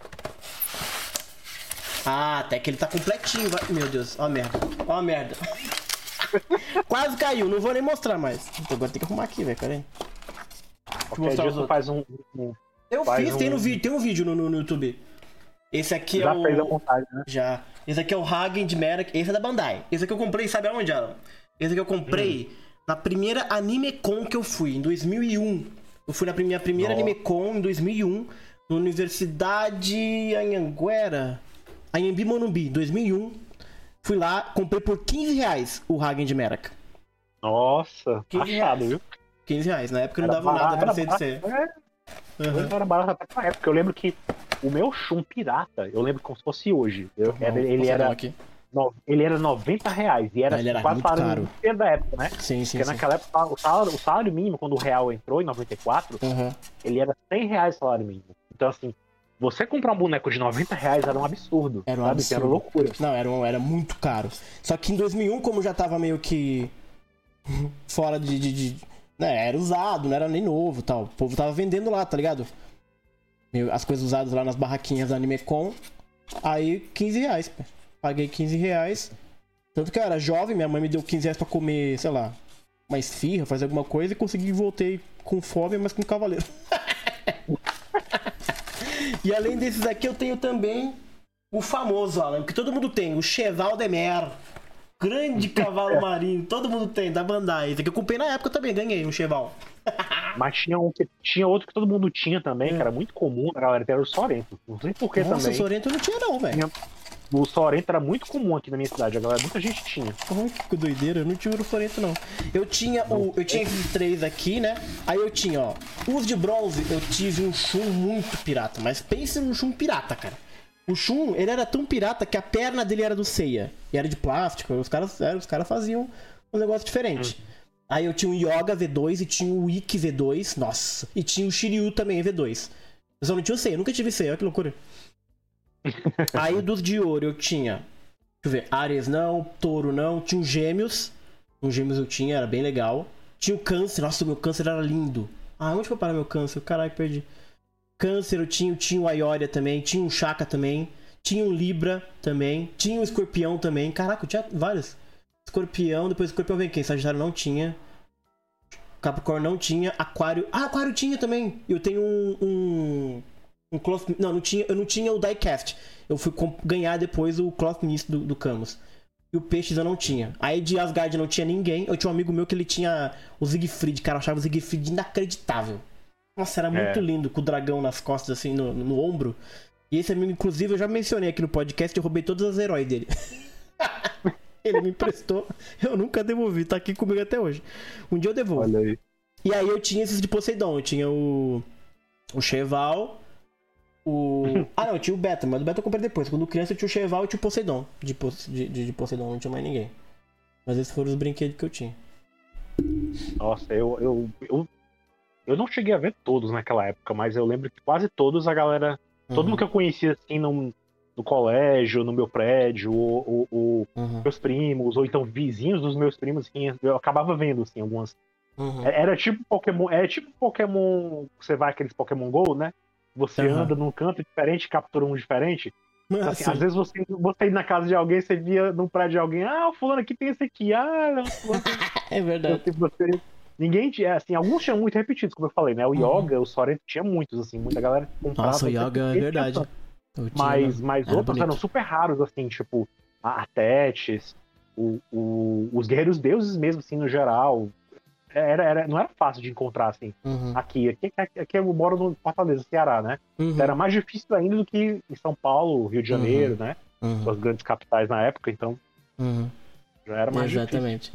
Ah, até que ele tá completinho, vai. Meu Deus, ó a merda. Ó a merda. Quase caiu, não vou nem mostrar mais. Agora tem que arrumar aqui, velho, pera aí. Deixa eu mostrar os outros. Faz Eu fiz, tem um vídeo no YouTube. Esse aqui já fez a montagem, né? Já. Esse aqui é o Hagen de Merrick. Esse é da Bandai. Esse aqui eu comprei, sabe aonde, Alan? Esse aqui eu comprei na primeira AnimeCon que eu fui, em 2001. Eu fui na minha primeira AnimeCon em 2001, na Universidade Anhanguera. Anhembi Morumbi, 2001. Fui lá, comprei por R$15 o Hagen de Merak. Nossa, achado, viu? R$15. Na época não dava nada pra ser de ser. Era barato até na época. Eu lembro que o meu Shun pirata, eu lembro como se fosse hoje. Ele era R$90. E era quase o salário mínimo da época, né? Sim. Porque naquela época, o salário mínimo, quando o real entrou em 94, ele era R$100 o salário mínimo. Então, assim, você comprar um boneco de R$90 era um absurdo. Era um absurdo. Era loucura. Não, era muito caro. Só que em 2001, como já tava meio que fora né, era usado, não era nem novo e tal. O povo tava vendendo lá, tá ligado? As coisas usadas lá nas barraquinhas da AnimeCon. Aí, R$15. Paguei R$15. Tanto que eu era jovem, minha mãe me deu R$15 pra comer, sei lá, uma esfirra, fazer alguma coisa, e consegui voltei com fome, mas com cavaleiro. E além desses aqui, eu tenho também o famoso, Alan, que todo mundo tem, o Cheval de Mer. Grande cavalo marinho, todo mundo tem, da Bandai. Esse aqui eu comprei na época também, ganhei um Cheval. Mas tinha outro que todo mundo tinha também, que era muito comum na galera, que era o Sorento. Não sei por que também. Nossa, o Sorento não tinha não, velho. O Sorento era muito comum aqui na minha cidade, muita gente tinha. Que doideira, eu não tinha o Sorento não. Eu tinha esses 3 aqui, né? Aí eu tinha, ó, os de bronze, eu tive um Shun muito pirata, mas pense num Shun pirata, cara. O Shun, ele era tão pirata que a perna dele era do Seiya. E era de plástico, os caras faziam um negócio diferente. Aí eu tinha o Yoga V2 e tinha o Ikki V2, nossa. E tinha o Shiryu também V2. Eu só não tinha o Seiya, eu nunca tive Seiya, olha que loucura. Aí dos de ouro eu tinha, deixa eu ver, Ares não, Touro não, tinha o Gêmeos. O Gêmeos eu tinha, era bem legal. Tinha o Câncer, nossa, o meu Câncer era lindo. Ah, onde foi parar meu Câncer? Caralho, perdi. Câncer eu tinha o Aioria também, tinha um Shaka também, tinha um Libra também, tinha um Escorpião também. Caraca, eu tinha vários. Escorpião, depois Escorpião vem quem? Sagitário não tinha. Capricórnio não tinha. Aquário. Ah, Aquário tinha também. Eu tenho um Cloth... Não, eu não tinha o Diecast. Eu fui ganhar depois o Cloth Mist do Camus. E o Peixes eu não tinha. Aí de Asgard não tinha ninguém. Eu tinha um amigo meu que ele tinha o Siegfried. Cara, eu achava o Siegfried inacreditável. Nossa, era muito lindo, com o dragão nas costas, assim, no ombro. E esse amigo, inclusive, eu já mencionei aqui no podcast, eu roubei todos os heróis dele. Ele me emprestou, eu nunca devolvi, tá aqui comigo até hoje. Um dia eu devolvo. Olha aí. E aí eu tinha esses de Poseidon, eu tinha o Cheval, Ah, não, eu tinha o Beta, mas o Beta eu comprei depois. Quando criança eu tinha o Cheval e tinha o Poseidon. De Poseidon, não tinha mais ninguém. Mas esses foram os brinquedos que eu tinha. Nossa, eu não cheguei a ver todos naquela época, mas eu lembro que quase todos a galera... Todo mundo que eu conhecia, assim, no colégio, no meu prédio, meus primos, ou então vizinhos dos meus primos, assim, eu acabava vendo, assim, algumas... Era tipo Pokémon... É tipo Pokémon... Você vai aqueles Pokémon GO, né? Você anda num canto diferente, captura um diferente. Assim, às vezes você ia na casa de alguém, você via num prédio de alguém, o fulano aqui tem esse aqui, não, fulano... É verdade. Ninguém tinha, assim, alguns tinham muito repetidos, como eu falei, né? O Yoga, o Sorento tinha muitos, assim, muita galera comprava. Nossa, o Yoga é verdade. Mas outros eram super raros, assim, tipo, a Tétis, os Guerreiros Deuses mesmo, assim, no geral. Não era fácil de encontrar, assim, aqui eu moro no Fortaleza, Ceará, né? Era mais difícil ainda do que em São Paulo, Rio de Janeiro, né? As grandes capitais na época, então já era mais difícil. Exatamente.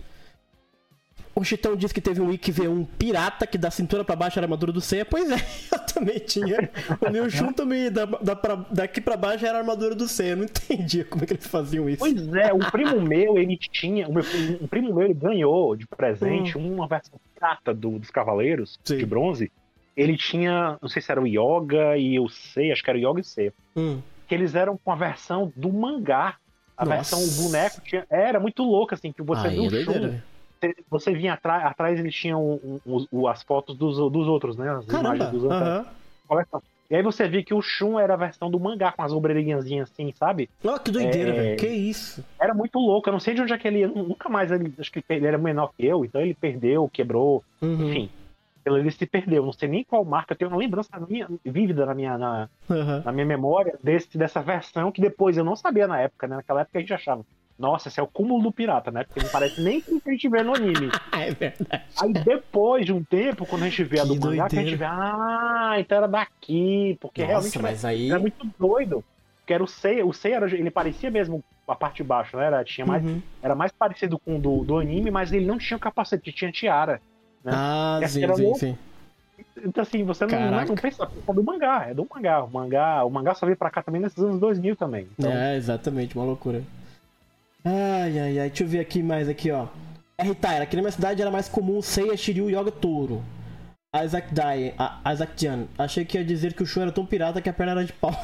O Chitão disse que teve um Ikki V1 pirata, que da cintura pra baixo era a armadura do Seiya. Pois é, eu também tinha. O meu Shun também, daqui pra baixo era a armadura do Seiya. Eu não entendia como é que eles faziam isso. Pois é, um primo meu, ele tinha... Um primo meu, ele ganhou de presente uma versão pirata dos Cavaleiros, de bronze. Ele tinha, não sei se era o Yoga e o Seiya, acho que era o Yoga e o Seiya. Que eles eram com a versão do mangá. Versão, o boneco tinha... Era muito louco, assim, que você viu o Shun... Você vinha atrás, eles tinham as fotos dos outros, né? As imagens dos outros. E aí você via que o Shun era a versão do mangá, com as ombreirinhazinhas assim, sabe? Que doideira, velho. Que isso? Era muito louco. Eu não sei de onde é que ele ia. Nunca mais acho que ele era menor que eu, então ele perdeu, quebrou. Enfim. Ele se perdeu. Não sei nem qual marca. Eu tenho uma lembrança vívida na minha memória dessa versão que depois eu não sabia na época, né? Naquela época a gente achava. Nossa, esse é o cúmulo do pirata, né? Porque não parece nem com o que a gente vê no anime. É verdade. Aí depois de um tempo, quando a gente vê a do mangá, que a gente vê, então era daqui, porque realmente mas aí... era muito doido. Porque era o Seiya ele parecia mesmo a parte de baixo, né? Era mais parecido com o do anime, mas ele não tinha o capacete, tinha tiara. Né? Ah, sim. Então assim, você não pensa, é do mangá, O mangá só veio pra cá também nesses anos 2000 também. Então... exatamente, uma loucura. Ai, deixa eu ver aqui mais aqui, ó. R-Tyre, aqui na minha cidade era mais comum Seiya, Shiryu, Yoga, Touro. Isaac Jan, achei que ia dizer que o show era tão pirata que a perna era de pau.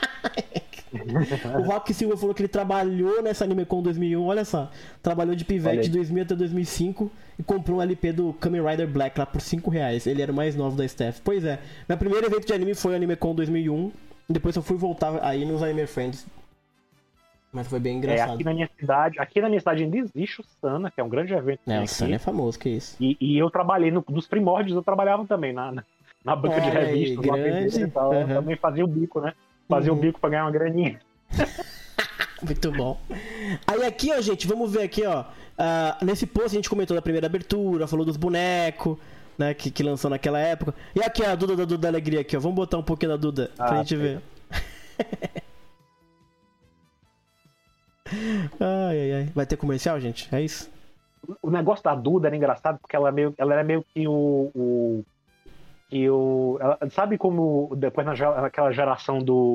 O Rock Silva falou que ele trabalhou nessa AnimeCon 2001, olha só. Trabalhou de pivete de 2000 até 2005 e comprou um LP do Kamen Rider Black lá por R$5. Ele era o mais novo da staff. Pois é, meu primeiro evento de anime foi o AnimeCon 2001. Depois eu fui voltar aí nos Anime Friends. Mas foi bem engraçado. Aqui na minha cidade ainda existe o Sana, que é um grande evento. O Sana é famoso, que isso. E eu trabalhei nos primórdios, eu trabalhava também na banca de revistas, grande. E tal. Eu também fazia o bico, né? Fazia o bico pra ganhar uma graninha. Muito bom. Aí aqui, ó, gente, vamos ver aqui, ó. Nesse post a gente comentou da primeira abertura, falou dos bonecos, né, que lançou naquela época. E aqui a Duda da Duda Alegria aqui, ó. Vamos botar um pouquinho da Duda pra gente ver. Ai. Vai ter comercial, gente? É isso? O negócio da Duda era engraçado porque ela era meio que ela, sabe como depois naquela geração do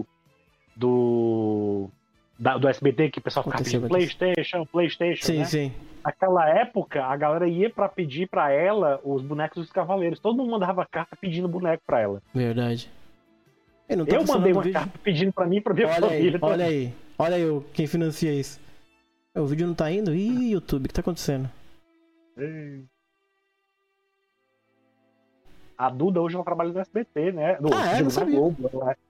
SBT que o pessoal ficava pedindo PlayStation. Sim, né? sim. Naquela época, a galera ia pra pedir pra ela os bonecos dos Cavaleiros. Todo mundo mandava carta pedindo boneco pra ela. Verdade. Eu mandei uma carta pedindo pra mim e pra minha família. Olha aí, quem financia isso. O vídeo não tá indo? Ih, YouTube, o que tá acontecendo? A Duda hoje ela trabalha no SBT, né? Não sabia. Globo.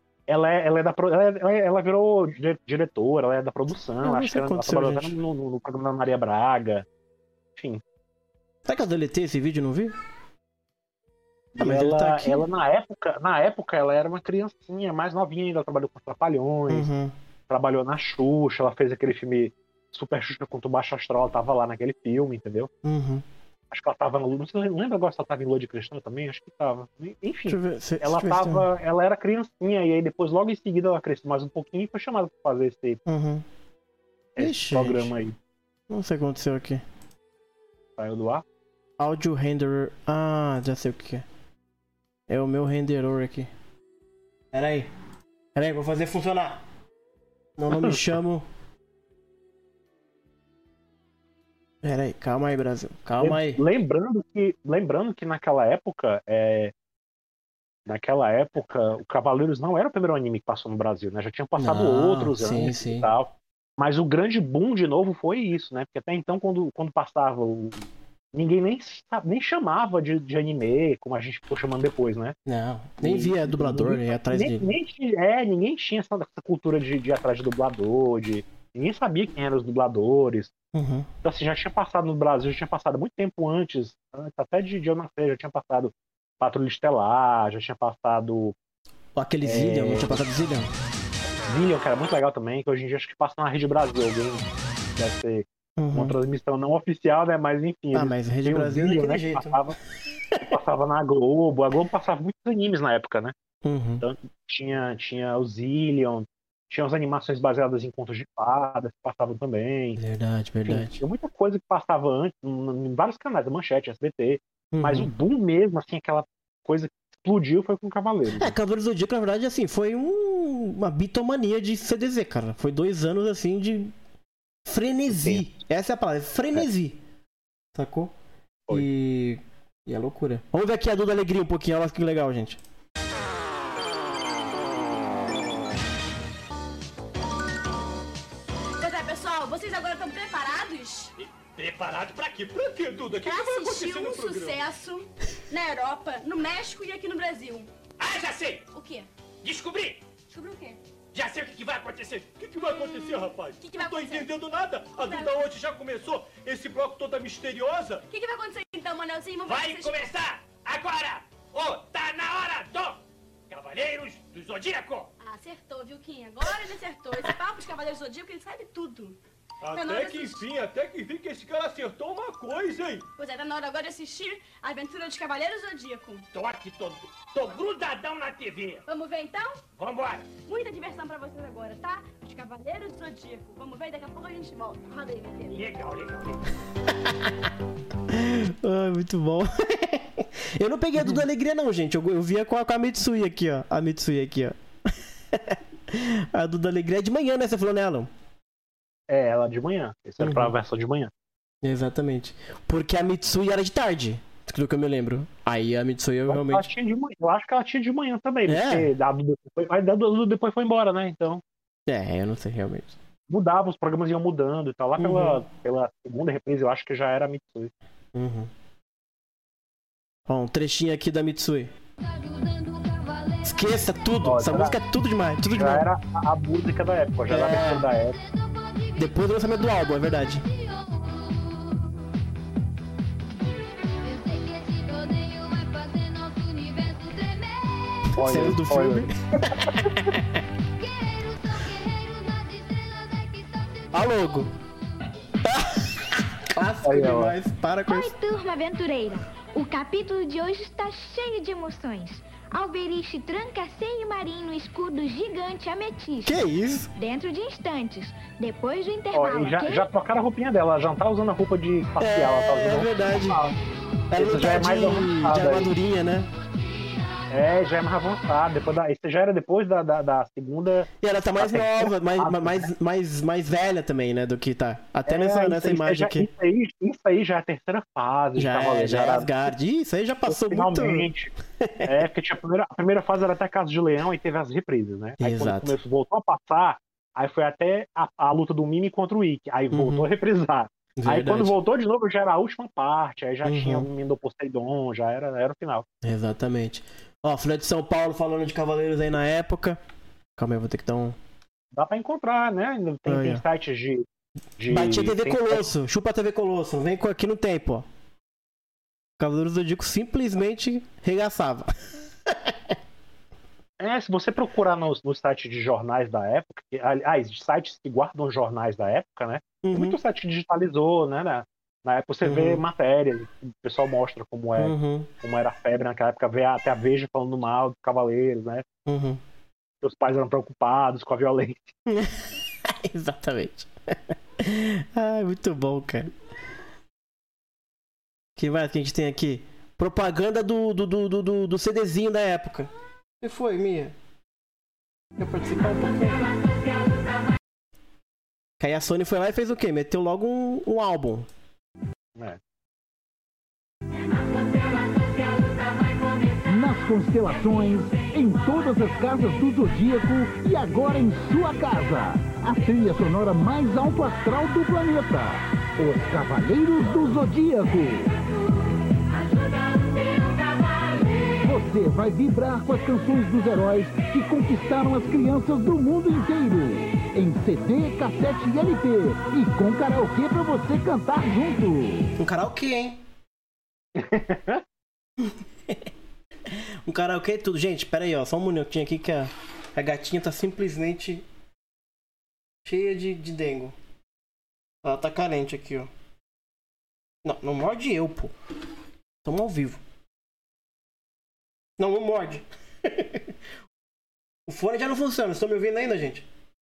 Ela virou diretora, ela é da produção. Acho que ela trabalhou até no programa da Maria Braga. Enfim. Será que eu deletei esse vídeo e não vi? Mas ela na época, ela era uma criancinha, mais novinha ainda. Ela trabalhou com os Trapalhões, trabalhou na Xuxa, ela fez aquele filme Super Xuxa contra o Baixo Astral, ela tava lá naquele filme, entendeu? Acho que ela tava no... Não lembro agora se ela tava em Lua de Cristal também, acho que tava. Enfim, ela era criancinha e aí depois, logo em seguida, ela cresceu mais um pouquinho e foi chamada pra fazer esse programa aí. Não sei o que aconteceu aqui. Saiu do ar? Audio renderer. Ah, já sei o que é. É o meu renderer aqui. Pera aí, vou fazer funcionar. Não me chamo... Pera aí, calma aí, Brasil. Calma aí. Lembrando que naquela época, o Cavaleiros não era o primeiro anime que passou no Brasil, né? Já tinham passado outros anos e tal. Mas o grande boom de novo foi isso, né? Porque até então, quando passava, ninguém nem chamava de anime, como a gente ficou chamando depois, né? Não, nem via dublador, nem atrás dele. Ninguém tinha essa cultura de ir atrás de dublador, ninguém sabia quem eram os dubladores. Então, assim, já tinha passado no Brasil, já tinha passado muito tempo antes até de eu nascer, já tinha passado Patrulha Estelar, já tinha passado... Aquele Zillion, não tinha passado Zillion? Zillion, que era muito legal também, que hoje em dia acho que passa na Rede Brasil, alguém deve ser uma transmissão não oficial, né, mas enfim. Mas Rede Brasil Zillion, né, jeito. Passava na Globo, a Globo passava muitos animes na época, né? Então tinha o Zillion, tinha as animações baseadas em contos de fadas que passavam também. Verdade. Enfim, tinha muita coisa que passava antes, em vários canais, a Manchete, SBT. Mas o boom mesmo, assim, aquela coisa que explodiu foi com Cavaleiros. Cavaleiros do Zodíaco, na verdade, assim, foi uma bitomania de CDZ, cara. Foi 2 anos, assim, de frenesi. Essa é a palavra, frenesi. Sacou? E é loucura. Vamos ver aqui a Duda Alegria um pouquinho, olha que legal, gente. Vocês agora estão preparados? Preparado pra quê? Pra quê, Duda? O que vai acontecer no programa? Sucesso na Europa, no México e aqui no Brasil. Ah, já sei! O quê? Descobri! Descobriu o quê? Já sei o que vai acontecer. O que vai acontecer, rapaz? O que vai acontecer? Não tô entendendo nada. A Duda hoje já começou esse bloco toda misteriosa. O que vai acontecer então, Manelzinho? Vai começar agora! Tá na hora do Cavaleiros do Zodíaco! Acertou, viu, Kim? Agora ele acertou. Esse papo de Cavaleiros do Zodíaco, ele sabe tudo. Até que enfim que esse cara acertou uma coisa. isso aí? Pois é, tá na hora agora de assistir a Aventura de Cavaleiros do Zodíaco. Tô aqui, tô grudadão na TV. Vamos ver então? Vambora. Muita diversão pra vocês agora, tá? Os Cavaleiros do Zodíaco. Vamos ver, daqui a pouco a gente volta. Roda aí, meu Deus. Legal. Ai, muito bom. Eu não peguei a Duda Alegria não, gente. Eu via com a Mitsui aqui, ó. A Mitsui aqui, ó. A Duda Alegria é de manhã, né? Você falou nela? É, ela de manhã. Essa era pra versão de manhã. Exatamente. Porque a Mitsui era de tarde, do que eu me lembro. Aí a Mitsui eu realmente... Ela tinha de manhã. Eu acho que ela tinha de manhã também. Porque a Duda depois foi embora, né? Então... eu não sei realmente. Mudava, os programas iam mudando e tal. Lá pela segunda reprise, eu acho que já era a Mitsui. Ó, um trechinho aqui da Mitsui. Esqueça tudo. Essa música é tudo demais. Tudo demais. Já era a música da época, já era a versão da época. Depois do lançamento do álbum, é verdade. Saiu do filme. A logo. Clássico demais. Para com isso. Oi, turma aventureira. O capítulo de hoje está cheio de emoções. Alberich tranca Seio Marinho no escudo gigante ametista. Que isso? Dentro de instantes. Depois do intervalo, já trocaram a roupinha dela. Ela já não tá usando a roupa de facial. Ela tá usando é verdade. Ela já é mais de armadurinha, né? Já é mais avançado. Isso já era depois da segunda. E ela tá mais nova, mais velha também, né? Do que tá. Até nessa imagem aqui. Isso aí já é a terceira fase. Já é Asgard. Isso aí já passou finalmente. Porque a primeira fase era até Casa de Leão e teve as reprises, né? Aí Exato. Quando voltou a passar, aí foi até a luta do Mimi contra o Ikki. Aí voltou a reprisar. Verdade. Aí quando voltou de novo já era a última parte. Aí já tinha o menino do Poseidon, já era o final. Exatamente. Ó, Folha de São Paulo falando de Cavaleiros aí na época. Calma aí, vou ter que dar um... Dá pra encontrar, né? Ainda tem sites de... Batia TV Colosso, chupa a TV Colosso. Vem aqui no tempo, ó. Cavaleiros do Zodíaco simplesmente regaçava. Se você procurar no site de jornais da época, de sites que guardam jornais da época, né? Tem muito site que digitalizou, né? Na época você vê matérias, o pessoal mostra como era a febre naquela época, vê até a Veja falando mal dos Cavaleiros, né? Os pais eram preocupados com a violência. Exatamente. Muito bom, cara. O que mais que a gente tem aqui? Propaganda do CDzinho da época. O que foi, Mia? Quer participar um pouquinho? Aí a Sony foi lá e fez o quê? Meteu logo um álbum. Nas constelações, em todas as casas do Zodíaco e agora em sua casa. A trilha sonora mais alto astral do planeta. Os Cavaleiros do Zodíaco. Você vai vibrar com as canções dos heróis que conquistaram as crianças do mundo inteiro. Em CD, cassete e LP. E com karaokê pra você cantar junto. Um karaokê, hein? Um karaokê e tudo. Gente, pera aí, ó. Só um minutinho aqui que a gatinha tá simplesmente cheia de dengo. Ela tá carente aqui, ó. Não morde eu, pô. Tamo ao vivo. Não morde. O fone já não funciona. Vocês estão me ouvindo ainda, gente?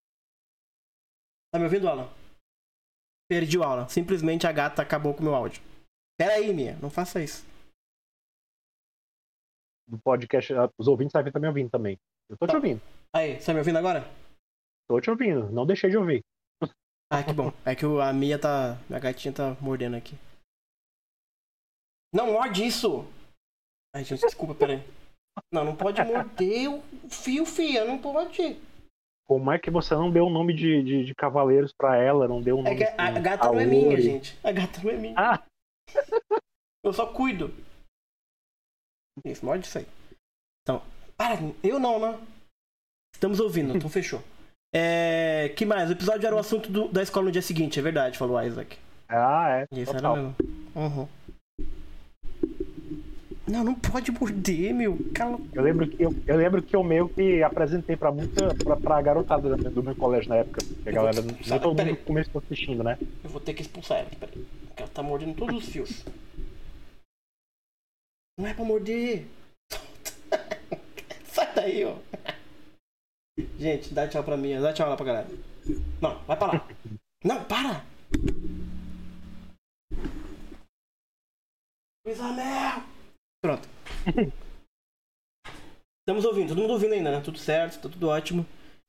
Tá me ouvindo, Alan? Perdi o Alan. Simplesmente a gata acabou com o meu áudio. Pera aí, Mia. Não faça isso. Do podcast, os ouvintes devem estar me ouvindo também. Eu tô te ouvindo. Aí, você tá me ouvindo agora? Tô te ouvindo. Não deixei de ouvir. Que bom. É que a Mia tá... Minha gatinha tá mordendo aqui. Não morde isso! Ai, gente, desculpa, pera aí. Não pode morder o fio, filha. Não pode. Como é que você não deu o nome de cavaleiros pra ela? Não deu o nome... A gata não é minha, gente. A gata não é minha. Eu só cuido. Isso, morde isso aí. Então, para, eu não, né? Estamos ouvindo, então fechou. Que mais? O episódio era o assunto da escola no dia seguinte, é verdade, falou o Isaac. Isso total. Era mesmo. Não pode morder, meu. Cala... Eu lembro que eu meio que apresentei pra garotada do meu colégio na época. Que a galera, não todo mundo começou assistindo, né? Eu vou ter que expulsar ela, peraí. Tá mordendo todos os fios. Não é pra morder. Sai daí, ó. Gente, dá tchau pra mim. Dá tchau lá pra galera. Não, vai pra lá. Não, para! Isabel! Pronto. Estamos ouvindo, todo mundo ouvindo ainda, né? Tudo certo, tá tudo ótimo.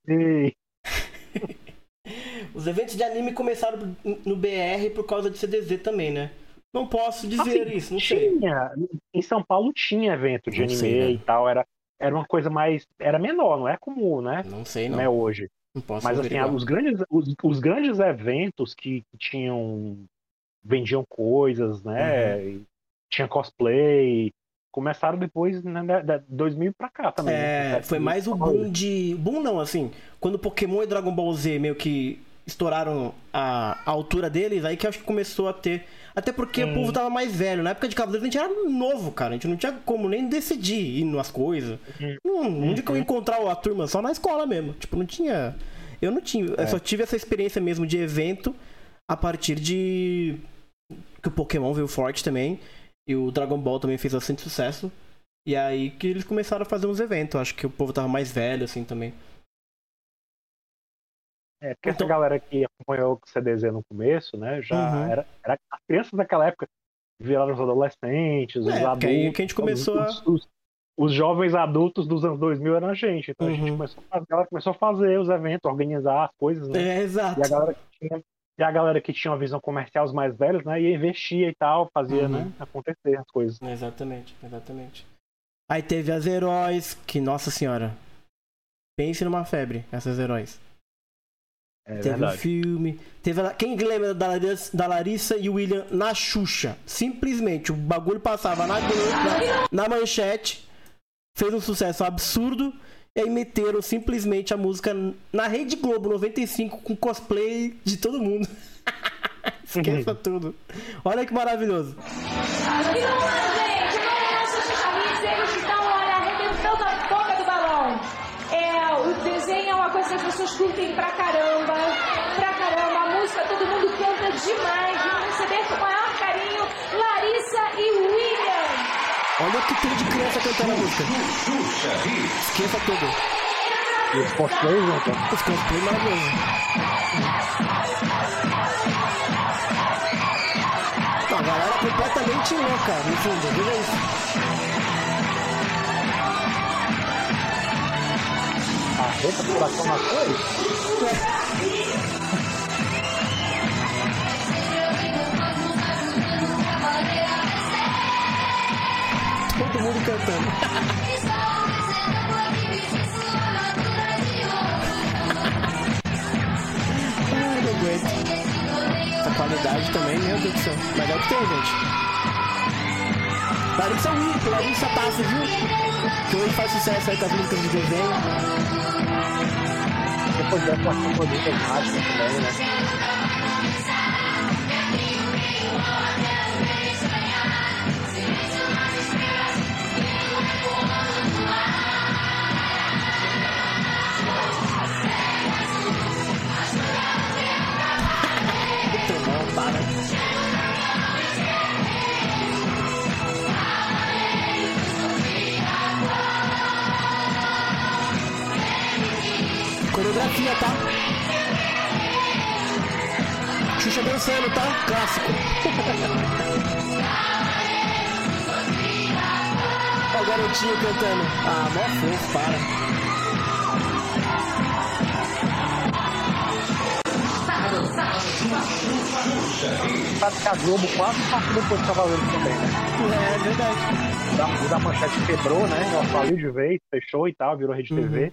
Os eventos de anime começaram no BR por causa de CDZ também, né? Não posso dizer isso, não sei. Em São Paulo tinha evento de anime, né? E tal, era uma coisa mais... Era menor, não é como, né? Não sei, não. Não é hoje. Não posso Mas assim, os grandes eventos que vendiam coisas, né? Uhum. Tinha cosplay, começaram depois, né, de 2000 pra cá também. Né? Foi mais o boom de... Boom não, assim, quando Pokémon e Dragon Ball Z meio que estouraram a altura deles, aí que eu acho que começou a ter... Até porque o povo tava mais velho. Na época de Cavaleiros a gente era novo, cara. A gente não tinha como nem decidir ir nas coisas. Onde que eu ia encontrar a turma? Só na escola mesmo. Tipo, não tinha... Eu não tinha... Eu só tive essa experiência mesmo de evento a partir de... Que o Pokémon veio forte também. E o Dragon Ball também fez bastante sucesso. E aí que eles começaram a fazer uns eventos. Acho que o povo tava mais velho, assim, também. Porque essa galera que acompanhou o CDZ no começo, né, já era as crianças daquela época viraram os adolescentes, os adultos. Aí que a gente começou os jovens adultos dos anos 2000 eram a gente. Então a gente começou a fazer os eventos, organizar as coisas, né? Exato. E a galera que tinha uma visão comercial, os mais velhos, né, ia investir e tal, fazia, né, acontecer as coisas. Exatamente. Aí teve as Heróis, que, nossa senhora, pense numa febre, essas Heróis. Teve um filme. Quem lembra da Larissa e o William na Xuxa? Simplesmente, o bagulho passava na manchete, fez um sucesso absurdo, e aí meteram simplesmente a música na Rede Globo 95 com cosplay de todo mundo. Esqueça tudo. Olha que maravilhoso. Aqui não é, gente, não é nossos amigos, eles estão, arrebentando a boca do balão. O desenho é uma coisa que as pessoas curtem pra caramba, a música todo mundo canta demais, vamos receber com o maior carinho Larissa e William. Olha o que tem de criança cantando a música. Esqueça tudo. E os cosplays, né? Os cosplays maravilhosos. A galera completamente louca, no fundo, veja isso. A roupa do coração na cor? Todo mundo cantando. Ai, não aguento. Essa qualidade também, meu Deus do céu. Mas é o que tem, gente. Larissa Tassi, viu? Que hoje faz sucesso aí com as músicas de desenho. Depois dessa uma composição mágica também, né? Muito bom, para. Coreografia, tá? Xuxa dançando, tá? Clássico. Ó o garotinho cantando. Ah, mó fofo, para. Sabe que a Globo quase passou depois do Cavaleiro também, né? É verdade. O da manchete quebrou, né? Ela faliu de vez, fechou e tal, virou Rede TV.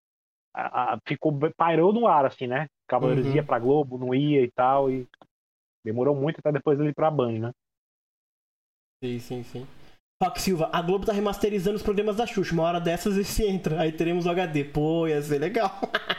Pairou no ar, assim, né? Cavaleiros ia pra Globo, não ia e tal, e demorou muito até depois ele ir pra Band, né? Sim. Rock Silva, a Globo tá remasterizando os programas da Xuxa, uma hora dessas esse entra, aí teremos o HD. Pô, ia ser legal.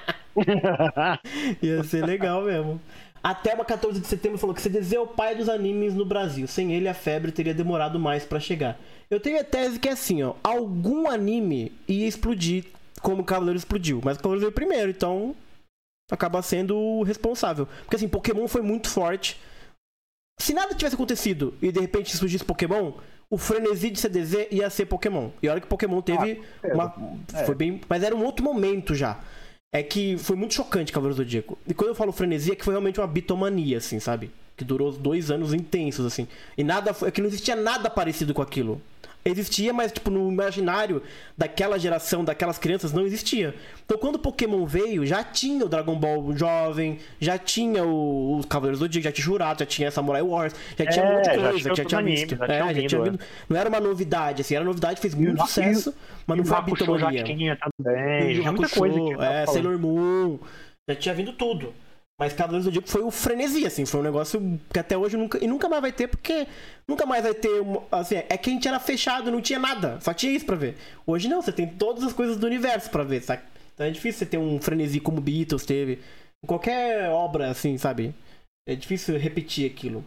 Ia ser legal mesmo. A Thelma 14 de setembro falou que CDZ é o pai dos animes no Brasil. Sem ele a febre teria demorado mais pra chegar. Eu tenho a tese que é assim, ó, algum anime ia explodir como o Cavaleiro explodiu, mas o Cavaleiro veio primeiro, então acaba sendo o responsável. Porque assim, Pokémon foi muito forte, Se nada tivesse acontecido e de repente surgisse Pokémon, o frenesi de CDZ ia ser Pokémon. E olha que Pokémon teve foi bem... Mas era um outro momento já. É que foi muito chocante Cavaleiro do Zodíaco. E quando eu falo frenesi, é que foi realmente uma bitomania, assim, sabe? Que durou 2 anos intensos, assim. E nada... É que não existia nada parecido com aquilo. Existia, mas tipo, no imaginário daquela geração, daquelas crianças, não existia. Então quando o Pokémon veio, já tinha o Dragon Ball jovem, já tinha os Cavaleiros do Zodíaco, já tinha Jurado, já tinha Samurai Wars, já tinha um monte de coisa, já tinha visto. Já tinha vindo. Não era uma novidade, assim, era novidade, fez muito sucesso, mas não foi a bitomania. Já tinha também, já muita coisa que Sailor Moon, já tinha vindo tudo. Mas Cavaleiros do Zodíaco foi o frenesi, assim, foi um negócio que até hoje nunca mais vai ter, porque nunca mais vai ter, assim, é que a gente era fechado, não tinha nada, só tinha isso pra ver. Hoje não, você tem todas as coisas do universo pra ver, sabe? Então é difícil você ter um frenesi como Beatles teve, em qualquer obra, assim, sabe? É difícil repetir aquilo.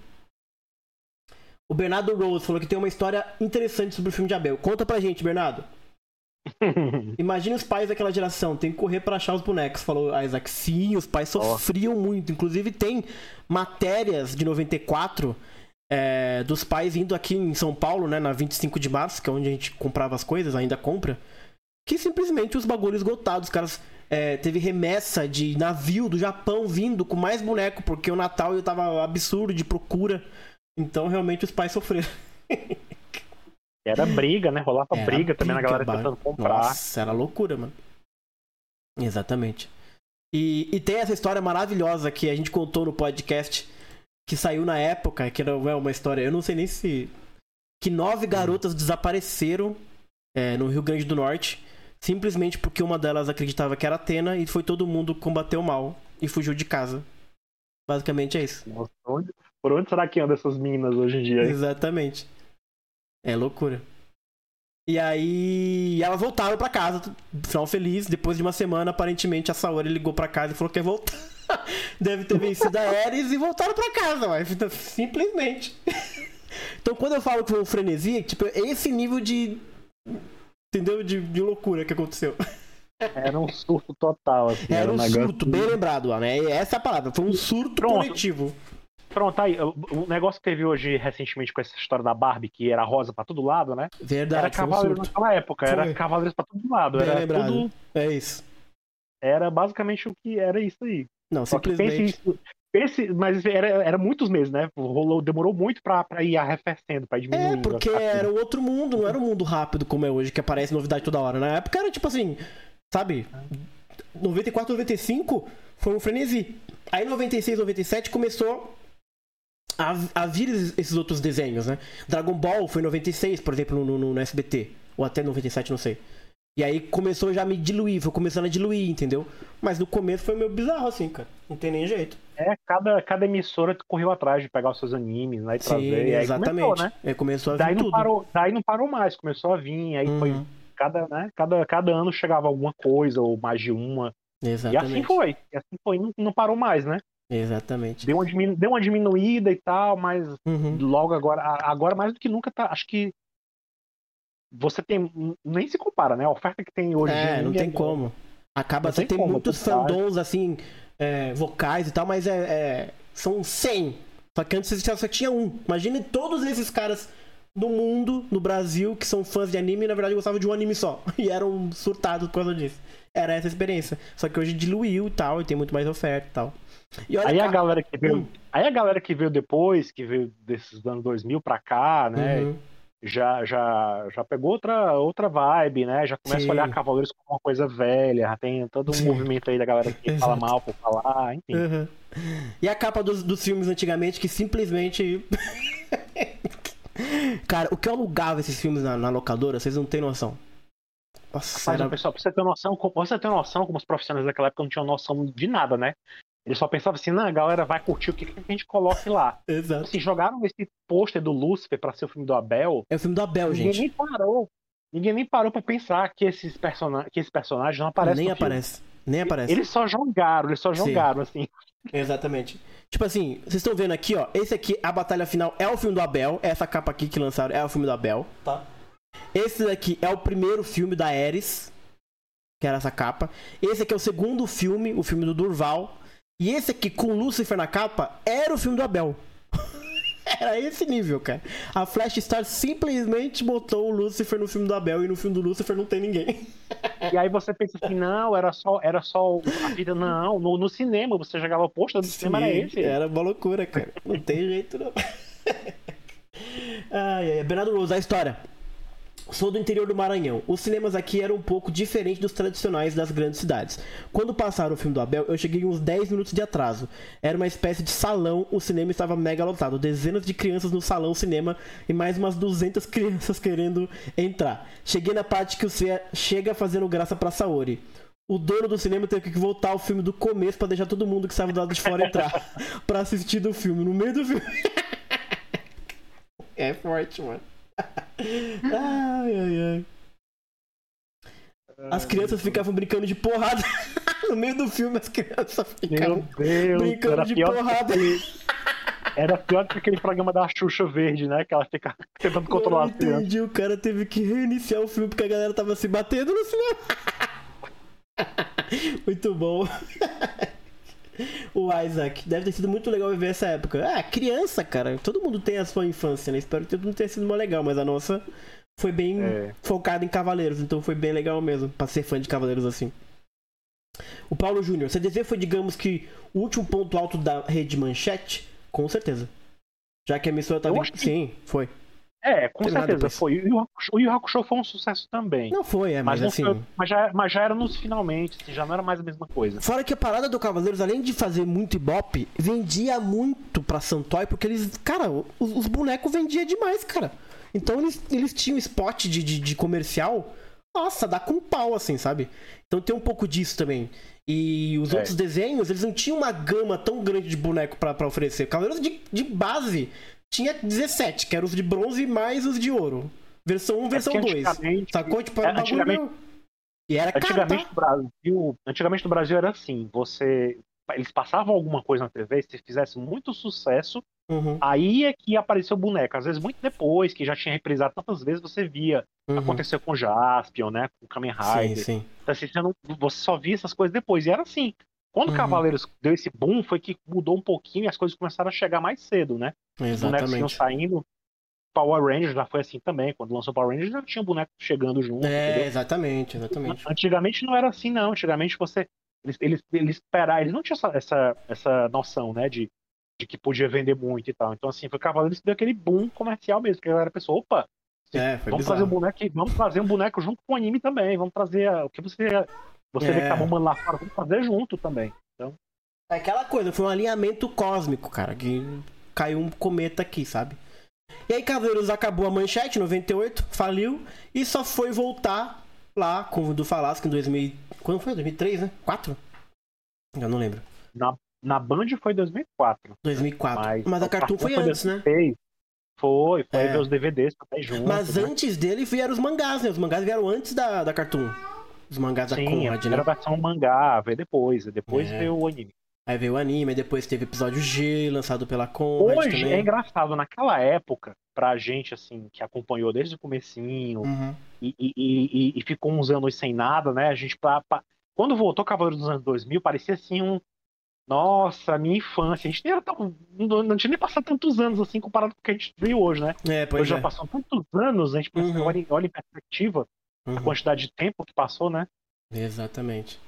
O Bernardo Rose falou que tem uma história interessante sobre o filme de Abel. Conta pra gente, Bernardo. Imagina os pais daquela geração, tem que correr pra achar os bonecos, falou a Isaac. Sim, os pais sofriam muito. Inclusive tem matérias de 94 dos pais indo aqui em São Paulo, né, na 25 de março, que é onde a gente comprava as coisas, ainda compra, que simplesmente os bagulhos esgotados. Os caras teve remessa de navio do Japão vindo com mais boneco, porque o Natal tava absurdo de procura. Então realmente os pais sofreram. Era briga, né? Rolava briga também na galera tentando comprar. Nossa, era loucura, mano. Exatamente. E tem essa história maravilhosa que a gente contou no podcast, que saiu na época, que era uma história, eu não sei nem se... Que 9 garotas desapareceram no Rio Grande do Norte, simplesmente porque uma delas acreditava que era Atena e foi todo mundo combater o mal e fugiu de casa. Basicamente é isso. Nossa, por onde será que andam essas meninas hoje em dia? Hein? Exatamente. É loucura. E aí elas voltaram pra casa, final feliz. Depois de uma semana, aparentemente a Saori ligou pra casa e falou que quer voltar. Deve ter vencido a Ares e voltaram pra casa, mas simplesmente. Então quando eu falo que foi um frenesi, tipo, é esse nível de... Entendeu? De loucura que aconteceu. Era um surto total, assim. Era um surto, bem lembrado, né? Essa é a palavra, foi um surto coletivo. Pronto, aí, o negócio que teve hoje recentemente com essa história da Barbie, que era rosa pra todo lado, né? Verdade, era Cavaleiros naquela época, era Cavaleiros pra todo lado. Bem era lembrado. Tudo... É isso. Era basicamente o que era isso aí. Não, simplesmente... Mas era muitos meses, né? Demorou muito pra ir arrefecendo, pra diminuir. Porque era outro mundo, não era um mundo rápido como é hoje, que aparece novidade toda hora. Na época era tipo assim, sabe? 94, 95 foi um frenesi. Aí 96, 97 começou a vir esses outros desenhos, né? Dragon Ball foi em 96, por exemplo, no SBT. Ou até 97, não sei. E aí começou já a me diluir, foi começando a diluir, entendeu? Mas no começo foi meio bizarro, assim, cara. Não tem nem jeito. Cada emissora correu atrás de pegar os seus animes, né? E trazer. Sim, e aí exatamente. Começou a vir tudo. Daí não parou mais, começou a vir. Aí foi cada ano chegava alguma coisa, ou mais de uma. Exatamente. E assim foi. Não parou mais, né? Exatamente. Deu uma diminuída e tal, mas logo agora mais do que nunca tá. Acho que você tem. Nem se compara, né? A oferta que tem hoje. Não tem como. Acaba você tem muitos fandoms assim, vocais e tal, mas são 100. Só que antes você só tinha um. Imagine todos esses caras do mundo, no Brasil, que são fãs de anime e na verdade gostavam de um anime só. E eram surtados por causa disso. Era essa a experiência. Só que hoje diluiu e tal, e tem muito mais oferta e tal. E olha, aí a galera que veio depois, que veio desses anos 2000 pra cá, né? Já pegou outra vibe, né? Já começa a olhar Cavaleiros como uma coisa velha. Já tem todo um movimento aí da galera que fala mal por falar, enfim. E a capa dos filmes antigamente que simplesmente... Cara, o que eu alugava esses filmes na locadora, vocês não tem noção. Nossa, Mas, pessoal, pra você ter noção como os profissionais daquela época não tinham noção de nada, né? Eles só pensavam assim, a galera vai curtir o que a gente coloque lá. Exato. Assim, jogaram esse pôster do Lúcifer pra ser o filme do Abel. É o filme do Abel, gente. Ninguém nem parou pra pensar que esse personagem não aparece Nem no aparece. filme. Nem aparece. Eles só jogaram, assim. Exatamente. Tipo assim, vocês estão vendo aqui, ó. Esse aqui, a batalha final, é o filme do Abel. Essa capa aqui que lançaram é o filme do Abel. Tá. Esse daqui é o primeiro filme da Ares, que era essa capa. Esse aqui é o segundo filme, o filme do Durval. E esse aqui, com Lúcifer na capa, era o filme do Abel. Era esse nível, cara. A Flash Star simplesmente botou o Lúcifer no filme do Abel e no filme do Lúcifer não tem ninguém. E aí você pensa assim, não, era só a vida. Não, no cinema você jogava o pôster do cinema, era esse. Era uma loucura, cara. Não tem jeito, não. Bernardo Rose, a história. Sou do interior do Maranhão. Os cinemas aqui eram um pouco diferentes dos tradicionais das grandes cidades. Quando passaram o filme do Abel, eu cheguei uns 10 minutos de atraso. Era uma espécie de salão, o cinema estava mega lotado. Dezenas de crianças no salão cinema e mais umas 200 crianças querendo entrar. Cheguei na parte que o Cia chega fazendo graça pra Saori. O dono do cinema teve que voltar ao filme do começo pra deixar todo mundo que estava do lado de fora entrar pra assistir do filme. No meio do filme. É forte, mano. Ai. As crianças ficavam brincando de porrada. No meio do filme as crianças ficavam brincando de porrada. Era pior que aquele programa da Xuxa Verde, né? Que ela fica tentando controlar as crianças. Entendi, o cara teve que reiniciar o filme porque a galera tava se batendo no cinema. Muito bom. O Isaac, deve ter sido muito legal viver essa época. Criança, cara, todo mundo tem a sua infância, né? Espero que todo mundo tenha sido mais legal, mas a nossa foi bem focada em Cavaleiros, então foi bem legal mesmo, pra ser fã de Cavaleiros assim. O Paulo Júnior, CDZ foi, digamos que, o último ponto alto da rede Manchete? Com certeza. Já que a emissora tava... Sim, foi. Com certeza foi. O Yu Hakusho foi um sucesso também. Não foi, mas assim... Mas já era nos finalmente, assim, já não era mais a mesma coisa. Fora que a parada do Cavaleiros, além de fazer muito ibope, vendia muito pra Santoy, porque eles... Cara, os bonecos vendiam demais, cara. Então eles tinham spot de comercial, nossa, dá com pau, assim, sabe? Então tem um pouco disso também. E os outros desenhos, eles não tinham uma gama tão grande de boneco pra oferecer. Cavaleiros de base... Tinha 17, que eram os de bronze mais os de ouro. Versão 1, versão 2. Sacou? Tipo, era bagulho. E era antigamente caro, tá? Antigamente no Brasil era assim. Eles passavam alguma coisa na TV, se fizesse muito sucesso, aí é que apareceu o boneco. Às vezes muito depois, que já tinha reprisado tantas vezes, você via. Aconteceu com Jaspion, né? Com Kamen Rider. Sim. Então, assim, você só via essas coisas depois. E era assim. Quando Cavaleiros deu esse boom, foi que mudou um pouquinho e as coisas começaram a chegar mais cedo, né? Exatamente. Os bonecos iam saindo. Power Rangers já foi assim também. Quando lançou Power Rangers, já tinha boneco chegando junto. Entendeu? Exatamente. Antigamente não era assim, não. Antigamente eles esperaram. Eles não tinham essa noção, né? De que podia vender muito e tal. Então, assim, foi Cavaleiros que deu aquele boom comercial mesmo. Que a galera pensou, opa, vamos trazer um boneco junto com o anime também. Vamos trazer o que você vê que tá bombando lá fora, vamos fazer junto também. Então... É aquela coisa, foi um alinhamento cósmico, cara, que caiu um cometa aqui, sabe? E aí Cavaleiros acabou a Manchete, 98, faliu, e só foi voltar lá com o do Falasco em 2000... Quando foi? 2003, né? 4? Eu não lembro. Na Band foi 2004. 2004. Mas a Cartoon foi antes, 2006. Né? Foi ver os DVDs também juntos. Mas né? antes dele vieram os mangás, né? Os mangás vieram antes da Cartoon. Os mangás da Conrad, né? Era a versão mangá, veio depois veio o anime. Aí veio o anime, depois teve o episódio G, lançado pela Conrad. Hoje também. É engraçado, naquela época, pra gente, assim, que acompanhou desde o comecinho e ficou uns anos sem nada, né? A gente, quando voltou Cavaleiros dos anos 2000, parecia assim nossa, minha infância. A gente não tinha nem passado tantos anos assim comparado com o que a gente viu hoje, né? Hoje já passou tantos anos, a gente olha em perspectiva. A quantidade de tempo que passou, né? Exatamente.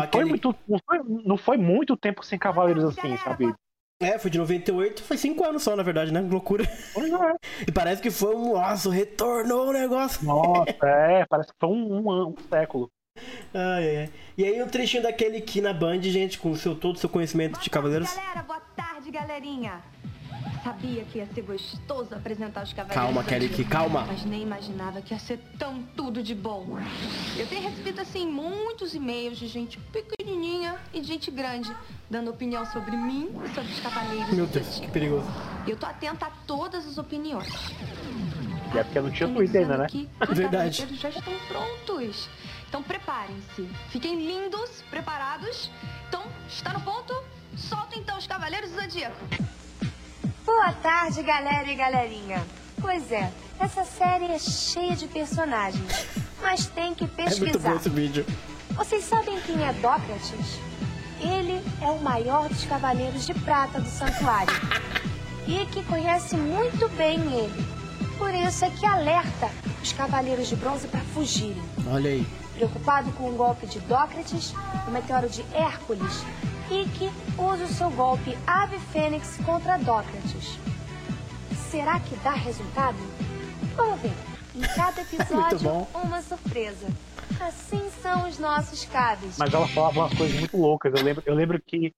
Não foi muito tempo sem Cavaleiros assim, sabe? Foi de 98, foi 5 anos só, na verdade, né? Loucura. E parece que foi nossa, retornou o negócio. Nossa, parece que foi um século. E aí um trechinho daquele aqui na Band, gente, com todo o seu conhecimento de Cavaleiros. Galera, boa tarde, galerinha. Sabia que ia ser gostoso apresentar os Cavaleiros. Calma, Kelly, calma. Mas nem imaginava que ia ser tão tudo de bom. Eu tenho recebido, assim, muitos e-mails de gente pequenininha e de gente grande, dando opinião sobre mim e sobre os Cavaleiros. Meu Deus, que perigoso. Eu tô atenta a todas as opiniões. E é porque não tinha Twitter ainda, né? Verdade. Os já estão prontos. Então preparem-se. Fiquem lindos, preparados. Então, está no ponto? Solta então os Cavaleiros do Zodíaco. Boa tarde, galera e galerinha. Pois é, essa série é cheia de personagens, mas tem que pesquisar. É muito bom esse vídeo. Vocês sabem quem é Dócrates? Ele é o maior dos Cavaleiros de Prata do Santuário. Ikki conhece muito bem ele. Por isso é que alerta os Cavaleiros de Bronze para fugirem. Olha aí. Preocupado com o golpe de Dócrates, o meteoro de Hércules, Ikki usa o seu golpe Ave Fênix contra Dócrates. Será que dá resultado? Vamos ver. Em cada episódio, uma surpresa. Assim são os nossos cabos. Mas ela falava umas coisas muito loucas. Eu lembro que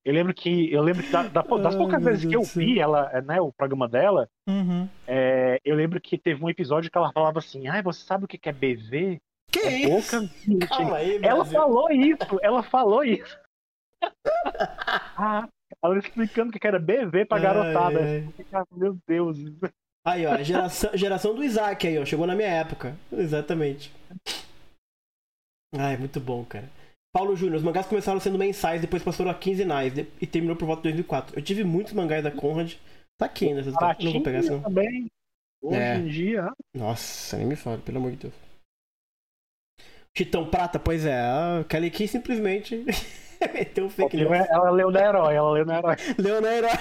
das poucas vezes que eu vi ela, né, o programa dela, eu lembro que teve um episódio que ela falava assim: você sabe o que é BV? Que é isso? Boca. Calma aí, ela falou isso. Ela explicando o que era BV pra garotada. Meu Deus. Aí, ó, geração do Isaac aí, ó. Chegou na minha época. Exatamente. Ai, muito bom, cara. Paulo Júnior, os mangás começaram sendo mensais, depois passaram a quinzenais e terminou por volta de 2004. Eu tive muitos mangás da Conrad. Tá aqui ainda. Não vou pegar essa não. Também. Hoje em dia. Nossa, nem me fala, pelo amor de Deus. Titão Prata, pois é. A Kelly Key simplesmente meteu um fake news. Ela leu na Herói. Leu na Herói.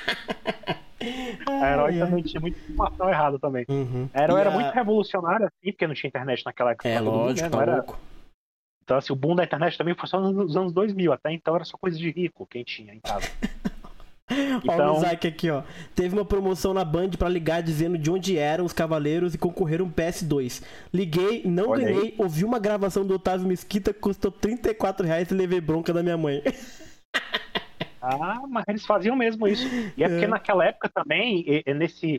A Herói também tinha muita informação errada também. A Herói era muito revolucionária, assim, porque não tinha internet naquela época. Lógico, né? Não era... louco. Então, assim, o boom da internet também foi só nos anos 2000. Até então era só coisa de rico, quem tinha em casa. Olha o Isaac aqui, ó. Teve uma promoção na Band pra ligar dizendo de onde eram os Cavaleiros e concorreram PS2. Liguei, não ganhei, ouvi uma gravação do Otávio Mesquita, custou R$34 e levei bronca da minha mãe. Mas eles faziam mesmo isso. E é porque naquela época também, nesse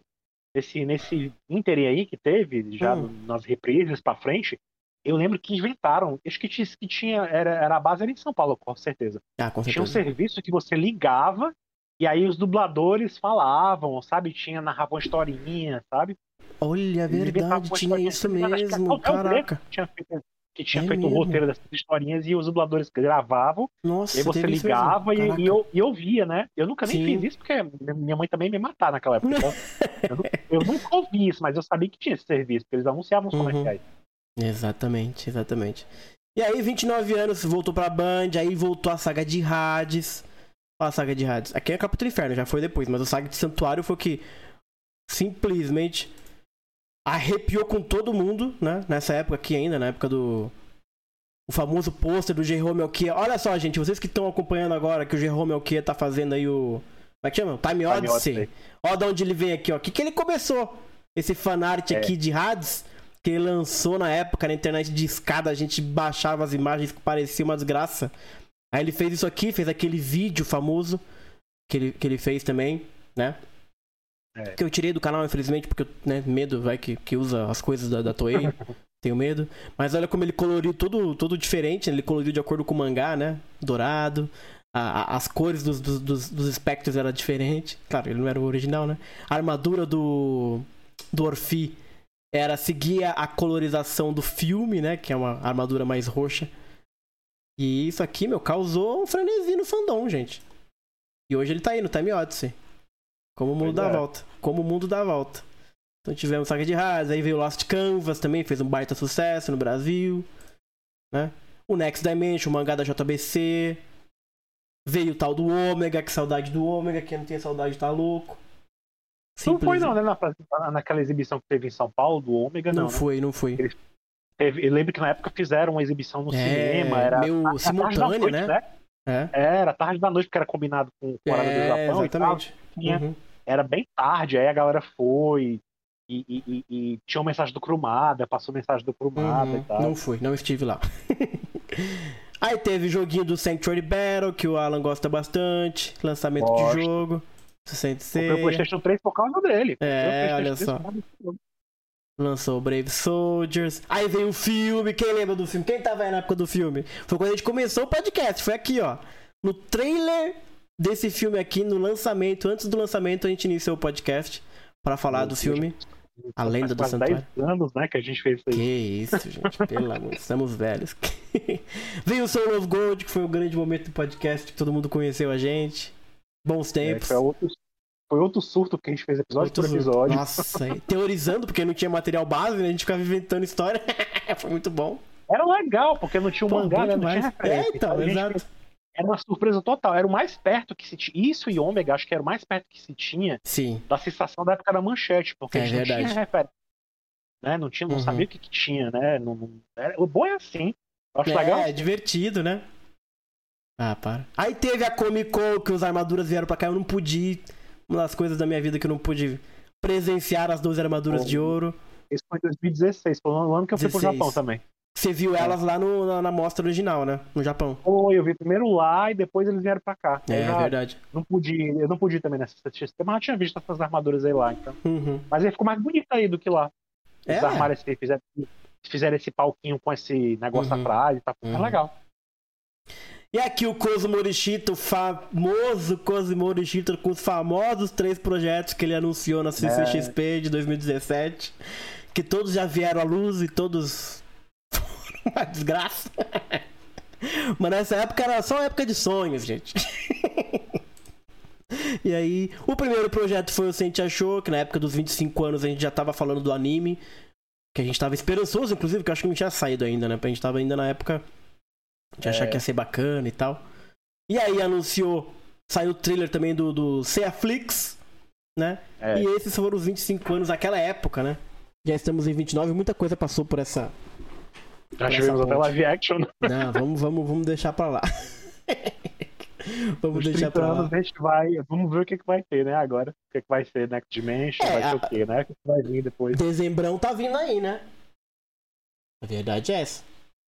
ínterim aí que teve, já nas reprises pra frente, eu lembro que inventaram, acho que tinha, a base era em São Paulo, com certeza. Com certeza. Tinha um serviço que você ligava e aí os dubladores falavam, sabe? Narravam historinha, sabe? Olha, verdade, tinha isso mesmo, caraca. Que tinha feito o roteiro dessas historinhas e os dubladores gravavam. Nossa, e aí você ligava e ouvia, né? Eu nunca nem fiz isso porque minha mãe também me matar naquela época. Então, eu nunca ouvi isso, mas eu sabia que tinha esse serviço, porque eles anunciavam os comerciais. Exatamente. E aí, 29 anos, voltou pra Band, aí voltou a saga de Hades. Olha a saga de Hades. Aqui é a Capítulo Inferno, já foi depois, mas a saga de Santuário foi o que simplesmente arrepiou com todo mundo, né? Nessa época aqui ainda, na época do... O famoso pôster do Jerome Alquia. Olha só, gente, vocês que estão acompanhando agora que o Jerome Alquia tá fazendo aí o... Como é que chama? Time Odyssey. Olha de onde ele vem aqui, ó. O que ele começou? Esse fanart aqui de Hades... que ele lançou na época na internet de escada, a gente baixava as imagens que parecia uma desgraça. Aí ele fez isso aqui, fez aquele vídeo famoso que ele fez também, né? Que eu tirei do canal, infelizmente, porque medo, vai que usa as coisas da Toei. Tenho medo. Mas olha como ele coloriu todo diferente, né? Ele coloriu de acordo com o mangá, né? Dourado. As cores dos espectros eram diferentes. Claro, ele não era o original, né? A armadura do Orfi seguia a colorização do filme, né? Que é uma armadura mais roxa. E isso aqui, causou um frenesi no fandom, gente. E hoje ele tá aí no Time Odyssey. Como o mundo dá volta. Como o mundo dá volta. Então tivemos Saga de Hades, aí veio Lost Canvas também, fez um baita sucesso no Brasil. Né? O Next Dimension, o mangá da JBC. Veio o tal do Ômega, que saudade do Ômega, quem não tem saudade tá louco. Não foi não, né? Naquela exibição que teve em São Paulo, do Ômega, não. Não foi. Eu lembro que na época fizeram uma exibição no cinema. Era meio simultâneo, noite, né? Era tarde da noite, porque era combinado com o horário do Japão. Exatamente. E tal. Era bem tarde, aí a galera foi e tinha uma mensagem do Kurumada, passou mensagem do Kurumada e tal. Não fui, não estive lá. Aí teve joguinho do Sanctuary Battle, que o Alan gosta bastante. Lançamento de jogo. 66. Comprei o PlayStation 3 por causa dele. Olha só. Lançou o Brave Soldiers. Aí veio o filme. Quem lembra do filme? Quem tava aí na época do filme? Foi quando a gente começou o podcast. Foi aqui, ó. No trailer desse filme aqui, no lançamento, antes do lançamento, a gente iniciou o podcast pra falar do filme A Lenda do Santuário. 10 anos, né, que a gente fez isso aí. Que isso, gente. Pelo amor, estamos velhos. Veio o Soul of Gold, que foi o grande momento do podcast, que todo mundo conheceu a gente. Bons tempos. Foi outro surto que a gente fez episódio por episódio. Nossa, teorizando, porque não tinha material base, né? A gente ficava inventando história. Foi muito bom. Era legal, porque não tinha um mangá, né? Não tinha referência. Então, exato. era uma surpresa total. Era o mais perto que se tinha. Isso e Ômega, acho que era o mais perto que se tinha da sensação da época da Manchete, porque a gente não tinha referência. Né? Não sabia o que tinha, né? O bom é assim. Eu acho legal. É divertido, né? Ah, para. Aí teve a Comic Con, que os armaduras vieram pra cá, eu não pude ir. Uma das coisas da minha vida que eu não pude presenciar as 12 armaduras de ouro. Isso foi em 2016, foi o ano que eu fui pro Japão também. Você viu elas lá na mostra original, né? No Japão. Eu vi primeiro lá e depois eles vieram pra cá. Verdade. Eu não pude ir também nessa CCXP, mas eu tinha visto essas armaduras aí lá, então. Mas ele ficou mais bonito aí do que lá. Eles armaram fizeram esse palquinho com esse negócio atrás, tá ficando legal. E aqui o Kozo Morishita, o famoso Kozo Morishita, com os famosos 3 projetos que ele anunciou na CCXP de 2017, que todos já vieram à luz e todos foram uma desgraça. Mas nessa época era só uma época de sonhos, gente. E aí, o primeiro projeto foi o Sente Achou, que na época dos 25 anos a gente já tava falando do anime, que a gente tava esperançoso, inclusive, que eu acho que não tinha saído ainda, né? A gente tava ainda na época de achar que ia ser bacana e tal. E aí saiu o trailer também do Seaflix, né? E esses foram os 25 anos naquela época, né? Já estamos em 29, muita coisa passou por essa... Já tivemos até live action. Não, vamos deixar pra lá. Vamos deixar pra lá. Vamos ver o que vai ter, né, agora. O que vai ser Next Dimension, vai ser o quê, né? O que vai vir depois. Dezembrão tá vindo aí, né? A verdade é essa.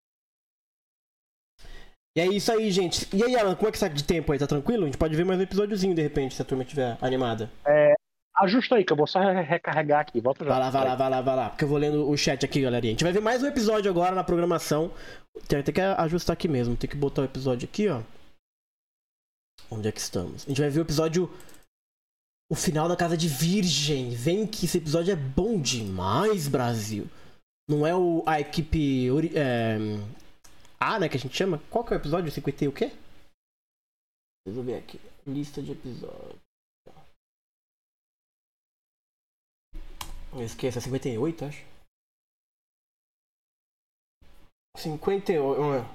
E é isso aí, gente. E aí, Alan, como é que tá de tempo aí? Tá tranquilo? A gente pode ver mais um episódiozinho, de repente, se a turma estiver animada. Ajusta aí, que eu vou só recarregar aqui. Volta já. Vai lá. Porque eu vou lendo o chat aqui, galerinha. A gente vai ver mais um episódio agora na programação. Tem que ajustar aqui mesmo. Tem que botar o episódio aqui, ó. Onde é que estamos? A gente vai ver o episódio... O final da Casa de Virgem. Vem que esse episódio é bom demais, Brasil. Não é a equipe... né, que a gente chama? Qual que é o episódio? 50 e o quê? Deixa eu ver aqui. Lista de episódios. Eu esqueço, é 58, acho. 58.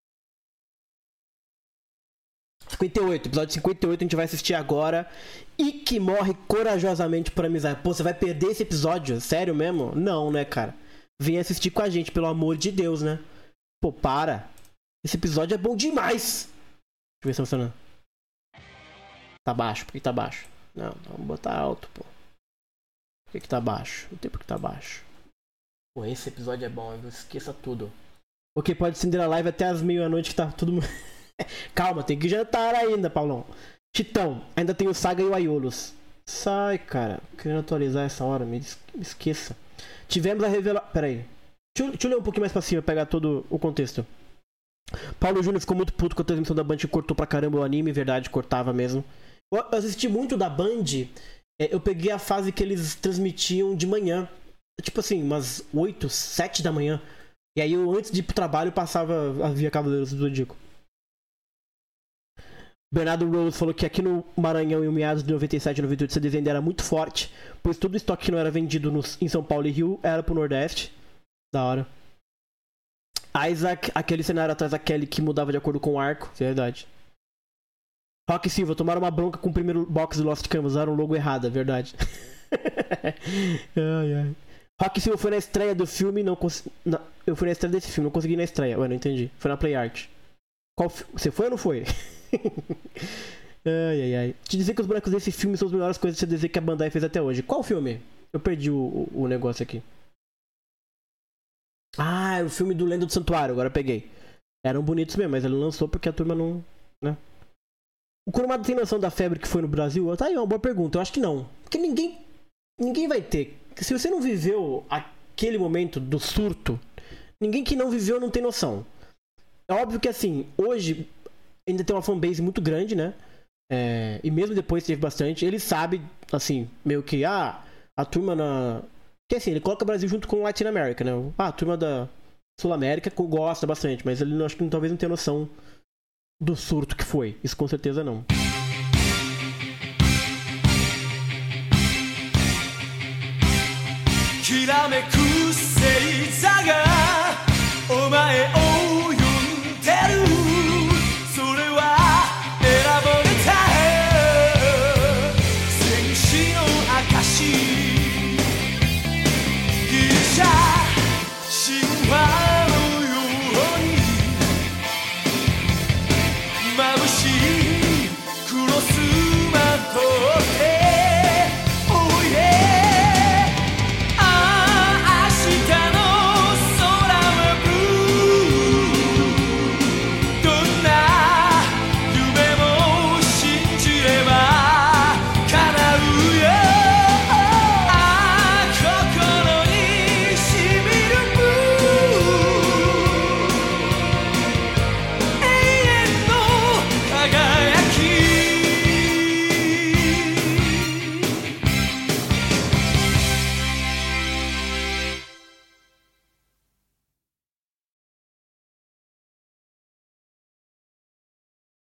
58, episódio 58 a gente vai assistir agora. Ikki morre corajosamente por amizade. Pô, você vai perder esse episódio? Sério mesmo? Não, né, cara? Vem assistir com a gente, pelo amor de Deus, né? Pô, para. Esse episódio é bom demais. Deixa eu ver se tá funcionando. Tá baixo, por que tá baixo? Não, vamos botar alto, pô. Por que tá baixo? Não tem por que tá baixo. Pô, esse episódio é bom, esqueça tudo. Ok, pode acender a live até as meia-noite que tá tudo... Calma, tem que jantar ainda, Paulão. Titão, ainda tem o Saga e o Aiolos. Sai, cara. Querendo atualizar essa hora, me esqueça. Tivemos a revelação... Pera aí. Deixa eu ler um pouquinho mais pra cima, pegar todo o contexto. Paulo Júnior ficou muito puto com a transmissão da Band e cortou pra caramba o anime, verdade, cortava mesmo. Eu assisti muito da Band, eu peguei a fase que eles transmitiam de manhã. Tipo assim, umas 8, 7 da manhã. E aí eu, antes de ir pro trabalho, passava via Cavaleiros do Zodíaco. Bernardo Rose falou que aqui no Maranhão, em meados de 97 e 98, esse desenho era muito forte, pois todo o estoque que não era vendido em São Paulo e Rio era pro Nordeste. Da hora. Isaac, aquele cenário atrás da Kelly que mudava de acordo com o arco. Verdade. Rock Silva, tomaram uma bronca com o primeiro box do Lost Canvas, usaram o logo errado, verdade. Ai. Rock Silva foi na estreia do filme, eu fui na estreia desse filme, não consegui ir na estreia. Ué, não entendi. Foi na Play Art. Você foi ou não foi? Ai. Te dizer que os bonecos desse filme são as melhores coisas que você dizer que a Bandai fez até hoje. Qual filme? Eu perdi o negócio aqui. Ah, o filme do Lenda do Santuário, agora eu peguei. Eram bonitos mesmo, mas ele lançou porque a turma não... né? O Kurumada tem noção da febre que foi no Brasil? Tá aí, uma boa pergunta. Eu acho que não. Porque ninguém vai ter. Se você não viveu aquele momento do surto, ninguém que não viveu não tem noção. É óbvio que, assim, hoje ainda tem uma fanbase muito grande, né? E mesmo depois teve bastante. Ele sabe, assim, meio que, a turma na... Que assim, ele coloca o Brasil junto com Latin America, né? A turma da Sul-América gosta bastante, mas ele acho que talvez não tenha noção do surto que foi. Isso com certeza não.